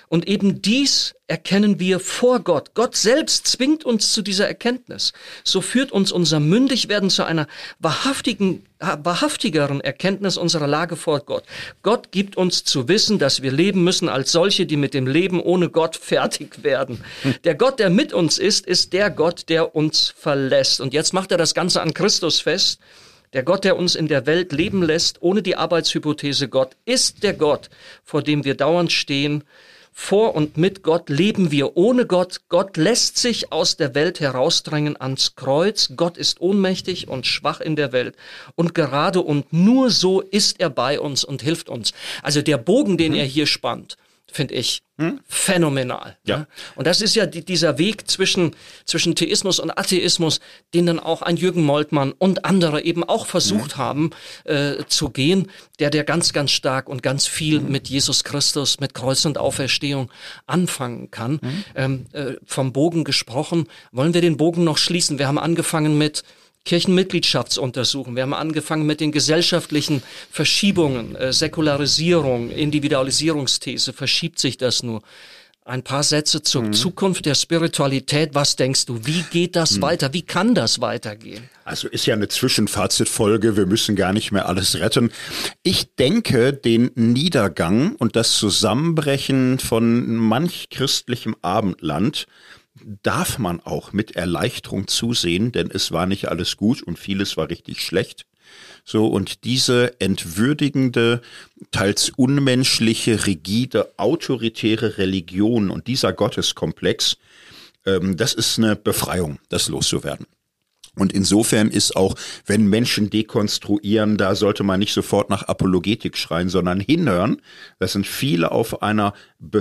Und eben dies erkennen wir vor Gott. Gott selbst zwingt uns zu dieser Erkenntnis. So führt uns unser Mündigwerden zu einer wahrhaftigeren Erkenntnis unserer Lage vor Gott. Gott gibt uns zu wissen, dass wir leben müssen als solche, die mit dem Leben ohne Gott fertig werden. Der Gott, der mit uns ist der Gott, der uns verlässt. Und jetzt macht er das Ganze an Christus fest. Der Gott, der uns in der Welt leben lässt, ohne die Arbeitshypothese Gott, ist der Gott, vor dem wir dauernd stehen. Vor und mit Gott leben wir ohne Gott. Gott lässt sich aus der Welt herausdrängen ans Kreuz. Gott ist ohnmächtig und schwach in der Welt. Und gerade und nur so ist er bei uns und hilft uns. Also der Bogen, den er hier spannt, finde ich phänomenal. Ja. Ja? Und das ist ja dieser Weg zwischen Theismus und Atheismus, den dann auch ein Jürgen Moltmann und andere eben auch versucht haben zu gehen, der ganz, ganz stark und ganz viel mit Jesus Christus, mit Kreuz und Auferstehung anfangen kann. Vom Bogen gesprochen, wollen wir den Bogen noch schließen? Wir haben angefangen mit Kirchenmitgliedschaftsuntersuchungen. Wir haben angefangen mit den gesellschaftlichen Verschiebungen, Säkularisierung, Individualisierungsthese. Verschiebt sich das nur? Ein paar Sätze zur Zukunft der Spiritualität. Was denkst du? Wie geht das weiter? Wie kann das weitergehen? Also ist ja eine Zwischenfazitfolge. Wir müssen gar nicht mehr alles retten. Ich denke, den Niedergang und das Zusammenbrechen von manch christlichem Abendland darf man auch mit Erleichterung zusehen, denn es war nicht alles gut und vieles war richtig schlecht. So, und diese entwürdigende, teils unmenschliche, rigide, autoritäre Religion und dieser Gotteskomplex, das ist eine Befreiung, das loszuwerden. Und insofern ist auch, wenn Menschen dekonstruieren, da sollte man nicht sofort nach Apologetik schreien, sondern hinhören. Das sind viele auf einer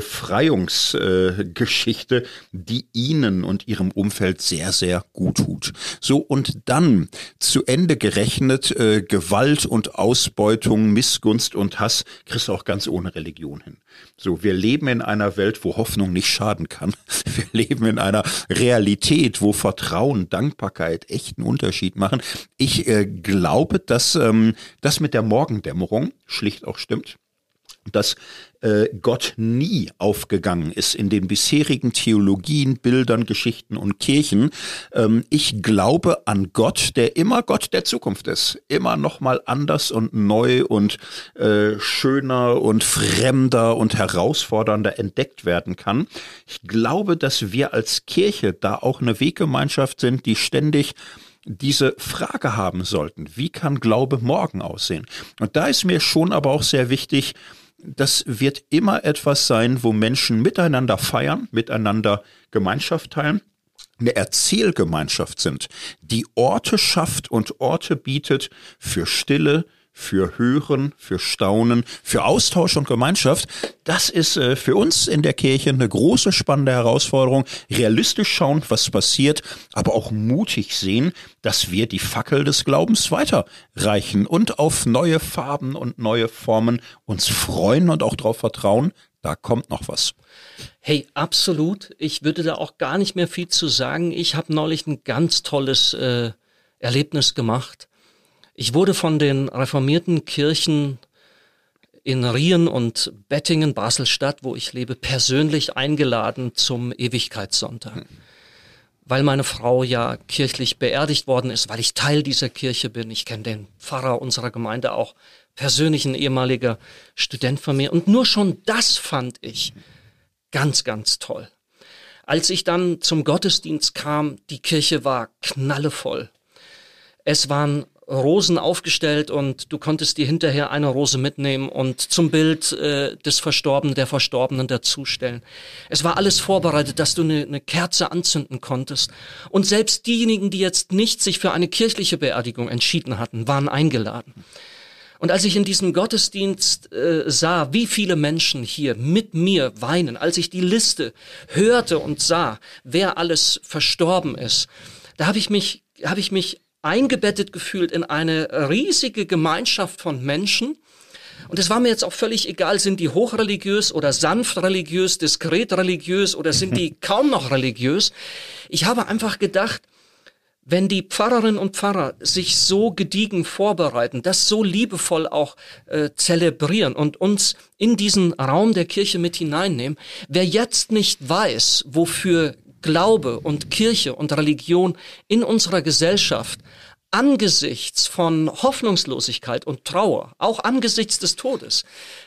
Befreiungsgeschichte, die ihnen und ihrem Umfeld sehr, sehr gut tut. So, und dann zu Ende gerechnet, Gewalt und Ausbeutung, Missgunst und Hass kriegst du auch ganz ohne Religion hin. So, wir leben in einer Welt, wo Hoffnung nicht schaden kann. Wir leben in einer Realität, wo Vertrauen, Dankbarkeit echten Unterschied machen. Ich glaube, dass das mit der Morgendämmerung schlicht auch stimmt. Dass Gott nie aufgegangen ist in den bisherigen Theologien, Bildern, Geschichten und Kirchen. Ich glaube an Gott, der immer Gott der Zukunft ist. Immer noch mal anders und neu und schöner und fremder und herausfordernder entdeckt werden kann. Ich glaube, dass wir als Kirche da auch eine Weggemeinschaft sind, die ständig diese Frage haben sollten. Wie kann Glaube morgen aussehen? Und da ist mir schon aber auch sehr wichtig, das wird immer etwas sein, wo Menschen miteinander feiern, miteinander Gemeinschaft teilen, eine Erzählgemeinschaft sind, die Orte schafft und Orte bietet für Stille, für Hören, für Staunen, für Austausch und Gemeinschaft. Das ist für uns in der Kirche eine große, spannende Herausforderung. Realistisch schauen, was passiert, aber auch mutig sehen, dass wir die Fackel des Glaubens weiterreichen und auf neue Farben und neue Formen uns freuen und auch darauf vertrauen, da kommt noch was. Hey, absolut. Ich würde da auch gar nicht mehr viel zu sagen. Ich habe neulich ein ganz tolles Erlebnis gemacht. Ich wurde von den reformierten Kirchen in Rien und Bettingen, Basel-Stadt, wo ich lebe, persönlich eingeladen zum Ewigkeitssonntag. Weil meine Frau ja kirchlich beerdigt worden ist, weil ich Teil dieser Kirche bin. Ich kenne den Pfarrer unserer Gemeinde auch persönlich, ein ehemaliger Student von mir. Und nur schon das fand ich ganz, ganz toll. Als ich dann zum Gottesdienst kam, die Kirche war knallevoll. Es waren Rosen aufgestellt und du konntest dir hinterher eine Rose mitnehmen und zum Bild des Verstorbenen, der Verstorbenen dazustellen. Es war alles vorbereitet, dass du eine Kerze anzünden konntest. Und selbst diejenigen, die jetzt nicht sich für eine kirchliche Beerdigung entschieden hatten, waren eingeladen. Und als ich in diesem Gottesdienst sah, wie viele Menschen hier mit mir weinen, als ich die Liste hörte und sah, wer alles verstorben ist, da habe ich mich eingebettet gefühlt in eine riesige Gemeinschaft von Menschen. Und es war mir jetzt auch völlig egal, sind die hochreligiös oder sanft religiös, diskret religiös oder sind die kaum noch religiös. Ich habe einfach gedacht, wenn die Pfarrerinnen und Pfarrer sich so gediegen vorbereiten, das so liebevoll auch zelebrieren und uns in diesen Raum der Kirche mit hineinnehmen, wer jetzt nicht weiß, wofür Glaube und Kirche und Religion in unserer Gesellschaft angesichts von Hoffnungslosigkeit und Trauer, auch angesichts des Todes,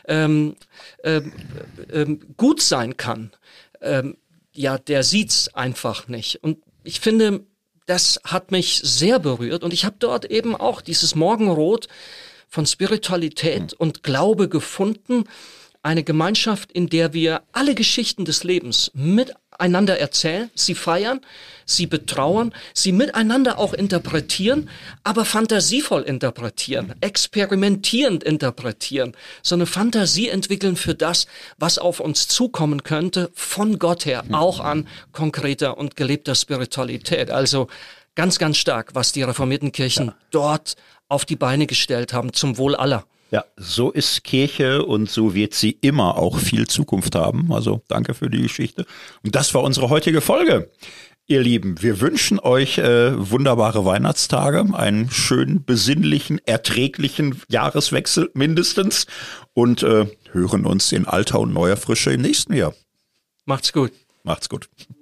gut sein kann, der sieht's einfach nicht. Und ich finde, das hat mich sehr berührt und ich habe dort eben auch dieses Morgenrot von Spiritualität und Glaube gefunden. Eine Gemeinschaft, in der wir alle Geschichten des Lebens miteinander erzählen, sie feiern, sie betrauern, sie miteinander auch interpretieren, aber fantasievoll interpretieren, experimentierend interpretieren, so eine Fantasie entwickeln für das, was auf uns zukommen könnte, von Gott her, auch an konkreter und gelebter Spiritualität. Also ganz, ganz stark, was die reformierten Kirchen dort auf die Beine gestellt haben, zum Wohl aller. Ja, so ist Kirche und so wird sie immer auch viel Zukunft haben. Also danke für die Geschichte. Und das war unsere heutige Folge. Ihr Lieben, wir wünschen euch wunderbare Weihnachtstage, einen schönen, besinnlichen, erträglichen Jahreswechsel mindestens und hören uns in alter und neuer Frische im nächsten Jahr. Macht's gut. Macht's gut.